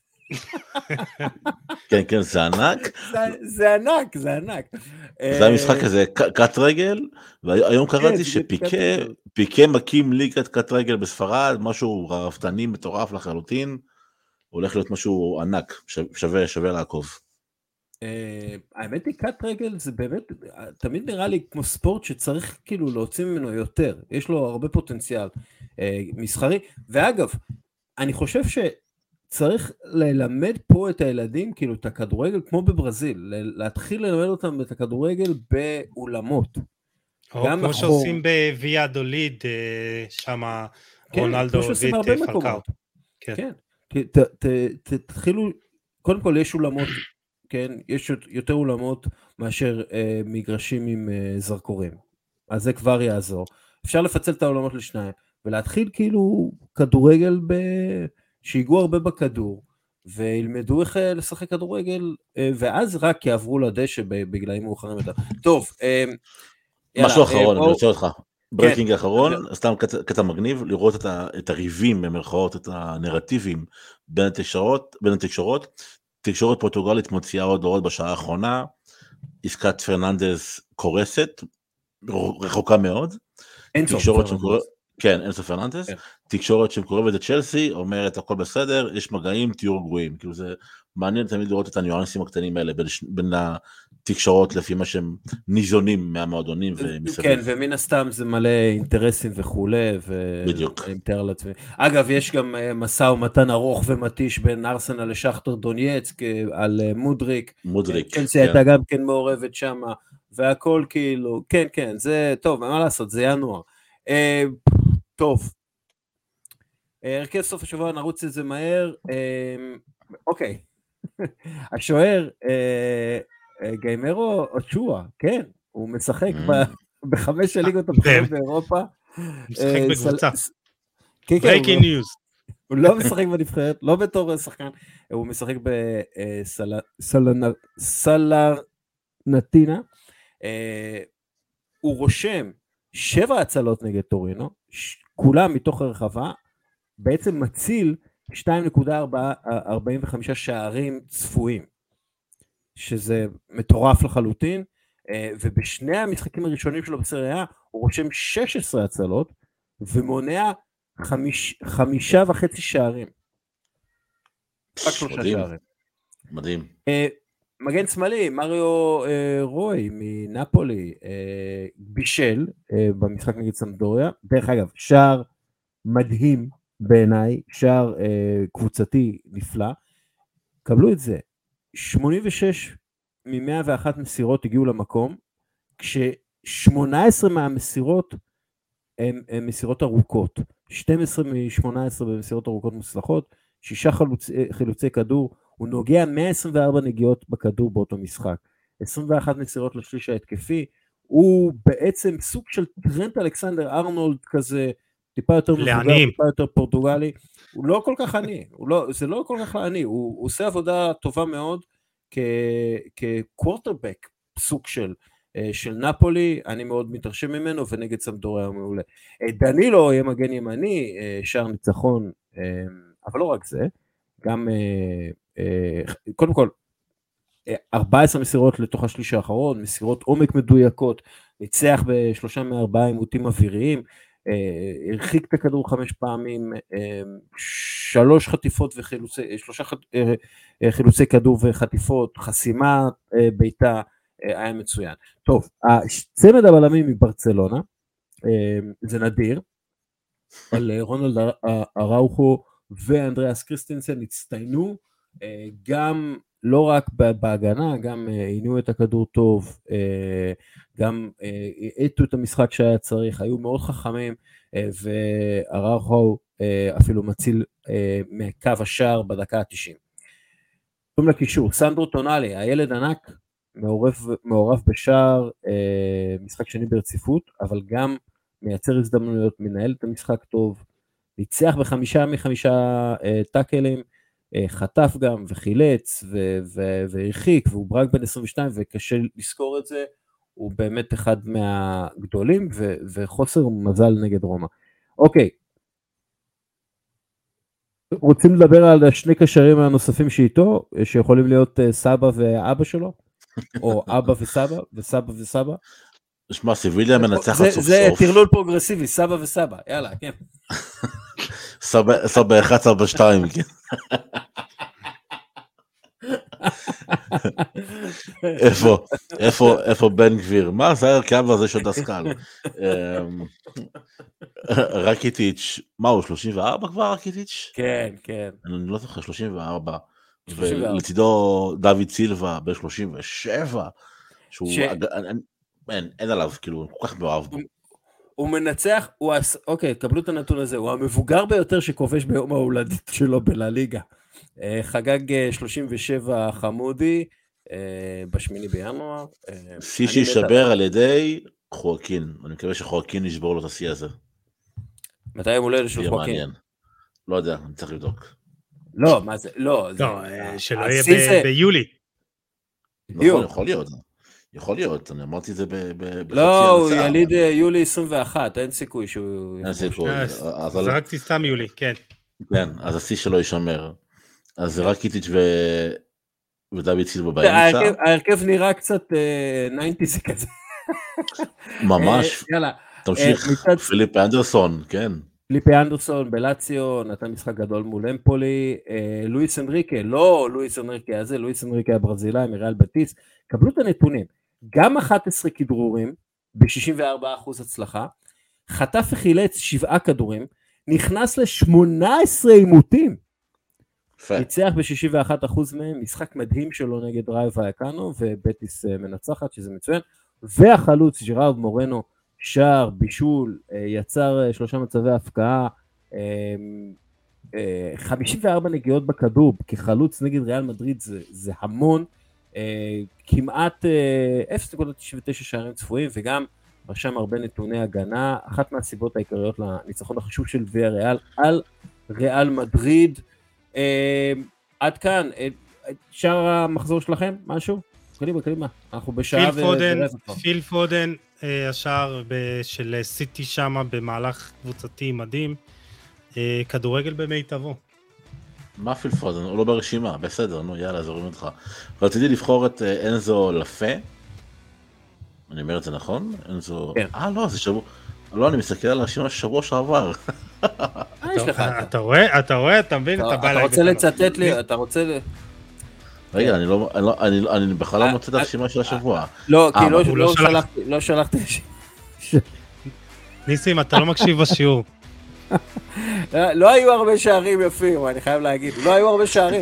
כן, כן, זה ענק. זה ענק, זה ענק. זה המשחק הזה, קט רגל, והיום קראתי שפיקה מקים ליגת קט רגל בספרד, משהו רפתני מטורף לחלוטין, הולך להיות משהו ענק, שווה, שווה לעקוב. האמת היא, קט רגל זה באמת, תמיד נראה לי כמו ספורט שצריך כאילו להוציא ממנו יותר, יש לו הרבה פוטנציאל מסחרי, ואגב, אני חושב שצריך ללמד פה את הילדים, כאילו את הכדורגל, כמו בברזיל, להתחיל ללמד אותם את הכדורגל באולמות. או כמו שעושים בוויה דוליד, שם רונלדו ואת פלקאו. כן, תתחילו, קודם כל יש אולמות, כן, יש יותר אולמות מאשר אה, מגרשים עם אה, זרקורים, אז זה כבר יעזור. אפשר לפצל את האולמות לשניים, ולהתחיל כאילו כדורגל, ב... שיגעו הרבה בכדור, וילמדו איך אה, לשחק כדורגל, אה, ואז רק יעברו לדשא בגללים מאוחרים יותר. טוב, אה, משהו יאללה, אחרון, אה, אני רוצה אותך. ברקינג כן. האחרון, כן. סתם קטע, קטע מגניב, לראות את, ה, את הריבים, במרכאות, את הנרטיבים בין התקשורות, בין התקשורות, תקשורת פורטוגלית מוציאה עוד הוראות בשעה האחרונה, עסקת פרננדז קורסת, רחוקה מאוד. אין סוף פרננדז. כן, אין סוף פרננדז. כן. תקשורת שמקורבת את צ'לסי, אומרת הכל בסדר, יש מגעים, תהיו רגועים. כאילו זה מעניין תמיד לראות את הניואנסים הקטנים האלה, בין, בין התקשורות לפי מה שהם ניזונים מהמועדונים ומסביב. כן, ומן הסתם זה מלא אינטרסים וכולי, בדיוק. ואני מתאר לעצמי. אגב, יש גם מסע ומתן ארוך ומתיש בין ארסנל לשכטר דונייצק, על מודריק. מודריק, צ'לסי כן. הייתה גם כן מעורבת שם, והכל כאילו, כן, כן, זה טוב, מה לעשות, זה ינואר. אה, טוב. הרכב סוף השבוע, נרוץ את זה מהר. אה, אוקיי. השוער, אה, גיימרו אוצ'ואה, כן, הוא משחק בחמש הליגות הבכירות באירופה. משחק בקבוצה. ברייקינג ניוז. הוא לא משחק בנבחרת, לא בתור שחקן, הוא משחק בסלרנטינה. הוא רושם שבע הצלות נגד טורינו, כולם מתוך הרחבה, בעצם מציל שתיים נקודה ארבעים וחמש שערים צפויים, שזה מטורף לחלוטין, ובשני המשחקים הראשונים שלו בסריה, הוא רושם שש עשרה הצלות, ומונע חמיש, חמישה וחצי שערים. רק שלושה שערים. מדהים. מגן שמאלי, מריו רוי מנפולי, בישל במשחק נגד סמפדוריה, דרך אגב, שער מדהים בעיניי, שער קבוצתי נפלא, קבלו את זה, שמונים ושש מ-מאה ואחת מסירות הגיעו למקום, כש-שמונה עשרה מהמסירות הן מסירות ארוכות, שתים עשרה מ-שמונה עשרה במסירות ארוכות מוצלחות, שישה חלוצ... חילוצי כדור, הוא נוגע מאה עשרים וארבע נגיעות בכדור באותו משחק, עשרים ואחת מסירות לשליש ההתקפי, הוא בעצם סוג של טרנט אלכסנדר ארנולד כזה, טיפה יותר מבוגר, טיפה יותר פורטוגלי, הוא לא כל כך עני, לא, זה לא כל כך עני, הוא, הוא עושה עבודה טובה מאוד כקוורטרבק, סוג של, של נפולי, אני מאוד מתרשם ממנו, ונגד סמדוריה הוא מעולה. דנילו יהיה מגן ימני, שער ניצחון, אבל לא רק זה, גם, קודם כל, ארבע עשרה מסירות לתוך השליש האחרון, מסירות עומק מדויקות, ניצח בשלושה מארבעה עימותים אוויריים, הרחיק את הכדור חמש פעמים, שלוש חטיפות וחילוצי, שלושה חילוצי כדור וחטיפות, חסימה ביתה, היה מצוין. טוב, צמד הבלמים מברצלונה, זה נדיר, על רונלד אראוכו ואנדריאס קריסטנסן הצטיינו, גם לא רק בהגנה, גם עינו את הכדור טוב, גם העטו את המשחק שהיה צריך, היו מאוד חכמים, ואראוכו אפילו מציל מקו השער בדקה ה-תשעים. תום לקישור, סנדרו טונאלי, הילד ענק, מעורב, מעורב בשער, משחק שני ברציפות, אבל גם מייצר הזדמנויות, מנהל את המשחק טוב, ניצח בחמישה מחמישה טאקלים, חטף גם וחילץ והרחיק, והוא ברק בן עשרים ושתיים וקשה לזכור את זה, הוא באמת אחד מהגדולים וחוסר מזל נגד רומא. אוקיי, רוצים לדבר על שני קשרים הנוספים שאיתו, שיכולים להיות סבא ואבא שלו, או אבא וסבא וסבא וסבא? שמע, סביליה מנצחת סוף סוף. זה תרלול פרוגרסיבי, סבא וסבא, יאללה, כן. סבא אחד, סבא שתיים, כן. איפה, איפה, איפה בן גביר? מה זה הרכב הזה של דסקל? רקיטיץ', מה הוא, שלושים וארבע כבר רקיטיץ'? כן, כן. אני לא זוכר, שלושים וארבע. ולצידו דוד סילבה ב-שלושים ושבע, שהוא, אין עליו, כאילו, כל כך מאוהב בו. הוא מנצח, אוקיי, קבלו את הנתון הזה, הוא המבוגר ביותר שכובש ביום ההולדת שלו בלליגה. חגג שלושים ושבע חמודי, בשמיני בינואר. שיא שישבר על ידי חואקין, אני מקווה שחואקין ישבור לו את השיא הזה. מתי יום הולדת של חואקין? לא יודע, אני צריך לבדוק. לא, מה זה, לא. לא, שלא יהיה ביולי. נכון, יכול להיות. יכול להיות, אני אמרתי את זה בחצי לא, הוא יליד יולי עשרים ואחת, אין סיכוי שהוא... אין סיכוי. זרקתי סתם יולי, כן. כן, אז השיא שלו ישמר. אז זה רק איטיץ' ודוד סילבה באמצע. ההרכב נראה קצת ניינטיז כזה. ממש. תמשיך, פיליפה אנדרסון, כן. פיליפה אנדרסון בלציו, נתן משחק גדול מול אמפולי, לואיס אנריקה, לא לואיס אנריקה הזה, לואיס אנריקה הברזילאי, מריאל בטיס, קבלו את הנתונים, גם אחד עשר כדרורים, ב-שישים וארבעה אחוז הצלחה, חטף וחילץ שבעה כדורים, נכנס ל-שמונה עשרה עימותים, ניצח ב-שישים ואחד אחוז מהם, משחק מדהים שלו נגד ראיו ויאקנו, ובטיס מנצחת, שזה מצוין, והחלוץ ג'רארד מורנו, שער, בישול, יצר שלושה מצבי הפקעה, חמישים וארבע נגיעות בכדור, כחלוץ נגד ריאל מדריד זה, זה המון, כמעט אפס נקודה תשעים ותשע שערים צפויים, וגם רשם הרבה נתוני הגנה, אחת מהסיבות העיקריות לניצחון החשוב של ויה ריאל על ריאל מדריד. עד כאן, שער המחזור שלכם, משהו? קדימה, קדימה, אנחנו בשעה ורבע. פיל פודן, השער של סיטי שם במהלך קבוצתי מדהים, כדורגל במיטבו. מה פיל פודן? הוא לא ברשימה, בסדר, נו יאללה, זורים אותך. רציתי לבחור את אנזו לפא, אני אומר את זה נכון? אנזו... אה לא, זה שבוע... לא, אני מסתכל על הרשימה שבוע שעבר. אתה רואה, אתה רואה, אתה מבין, אתה בא להגיד. אתה רוצה לצטט לי, אתה רוצה... רגע, אני לא, אני, אני בכלל לא מוצא את הרשימה של השבוע. לא, כי לא שלחתי. ניסים, אתה לא מקשיב בשיעור. לא היו הרבה שערים יפים, אני חייב להגיד, לא היו הרבה שערים.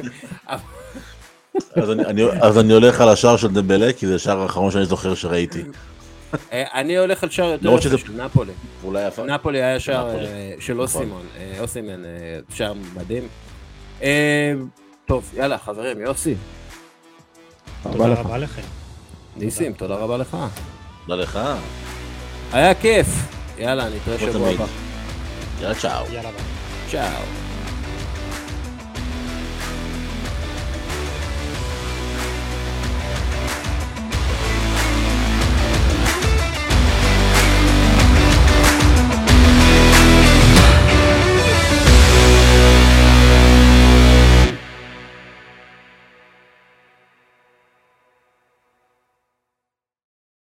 אז אני הולך על השער של דמבלה, כי זה השער האחרון שאני זוכר שראיתי. אני הולך על שער יותר יפה של נפולי. נפולי היה שער של אוסימון, אוסימן, שער מדהים. טוב, יאללה, חברים, יוסי. תודה רבה לכם. ניסים, תודה רבה לך. תודה לך. היה כיף. יאללה, נתראה כמו שבוע תמיד. הבא. יאללה, צ'או. יאללה ביי. צ'או.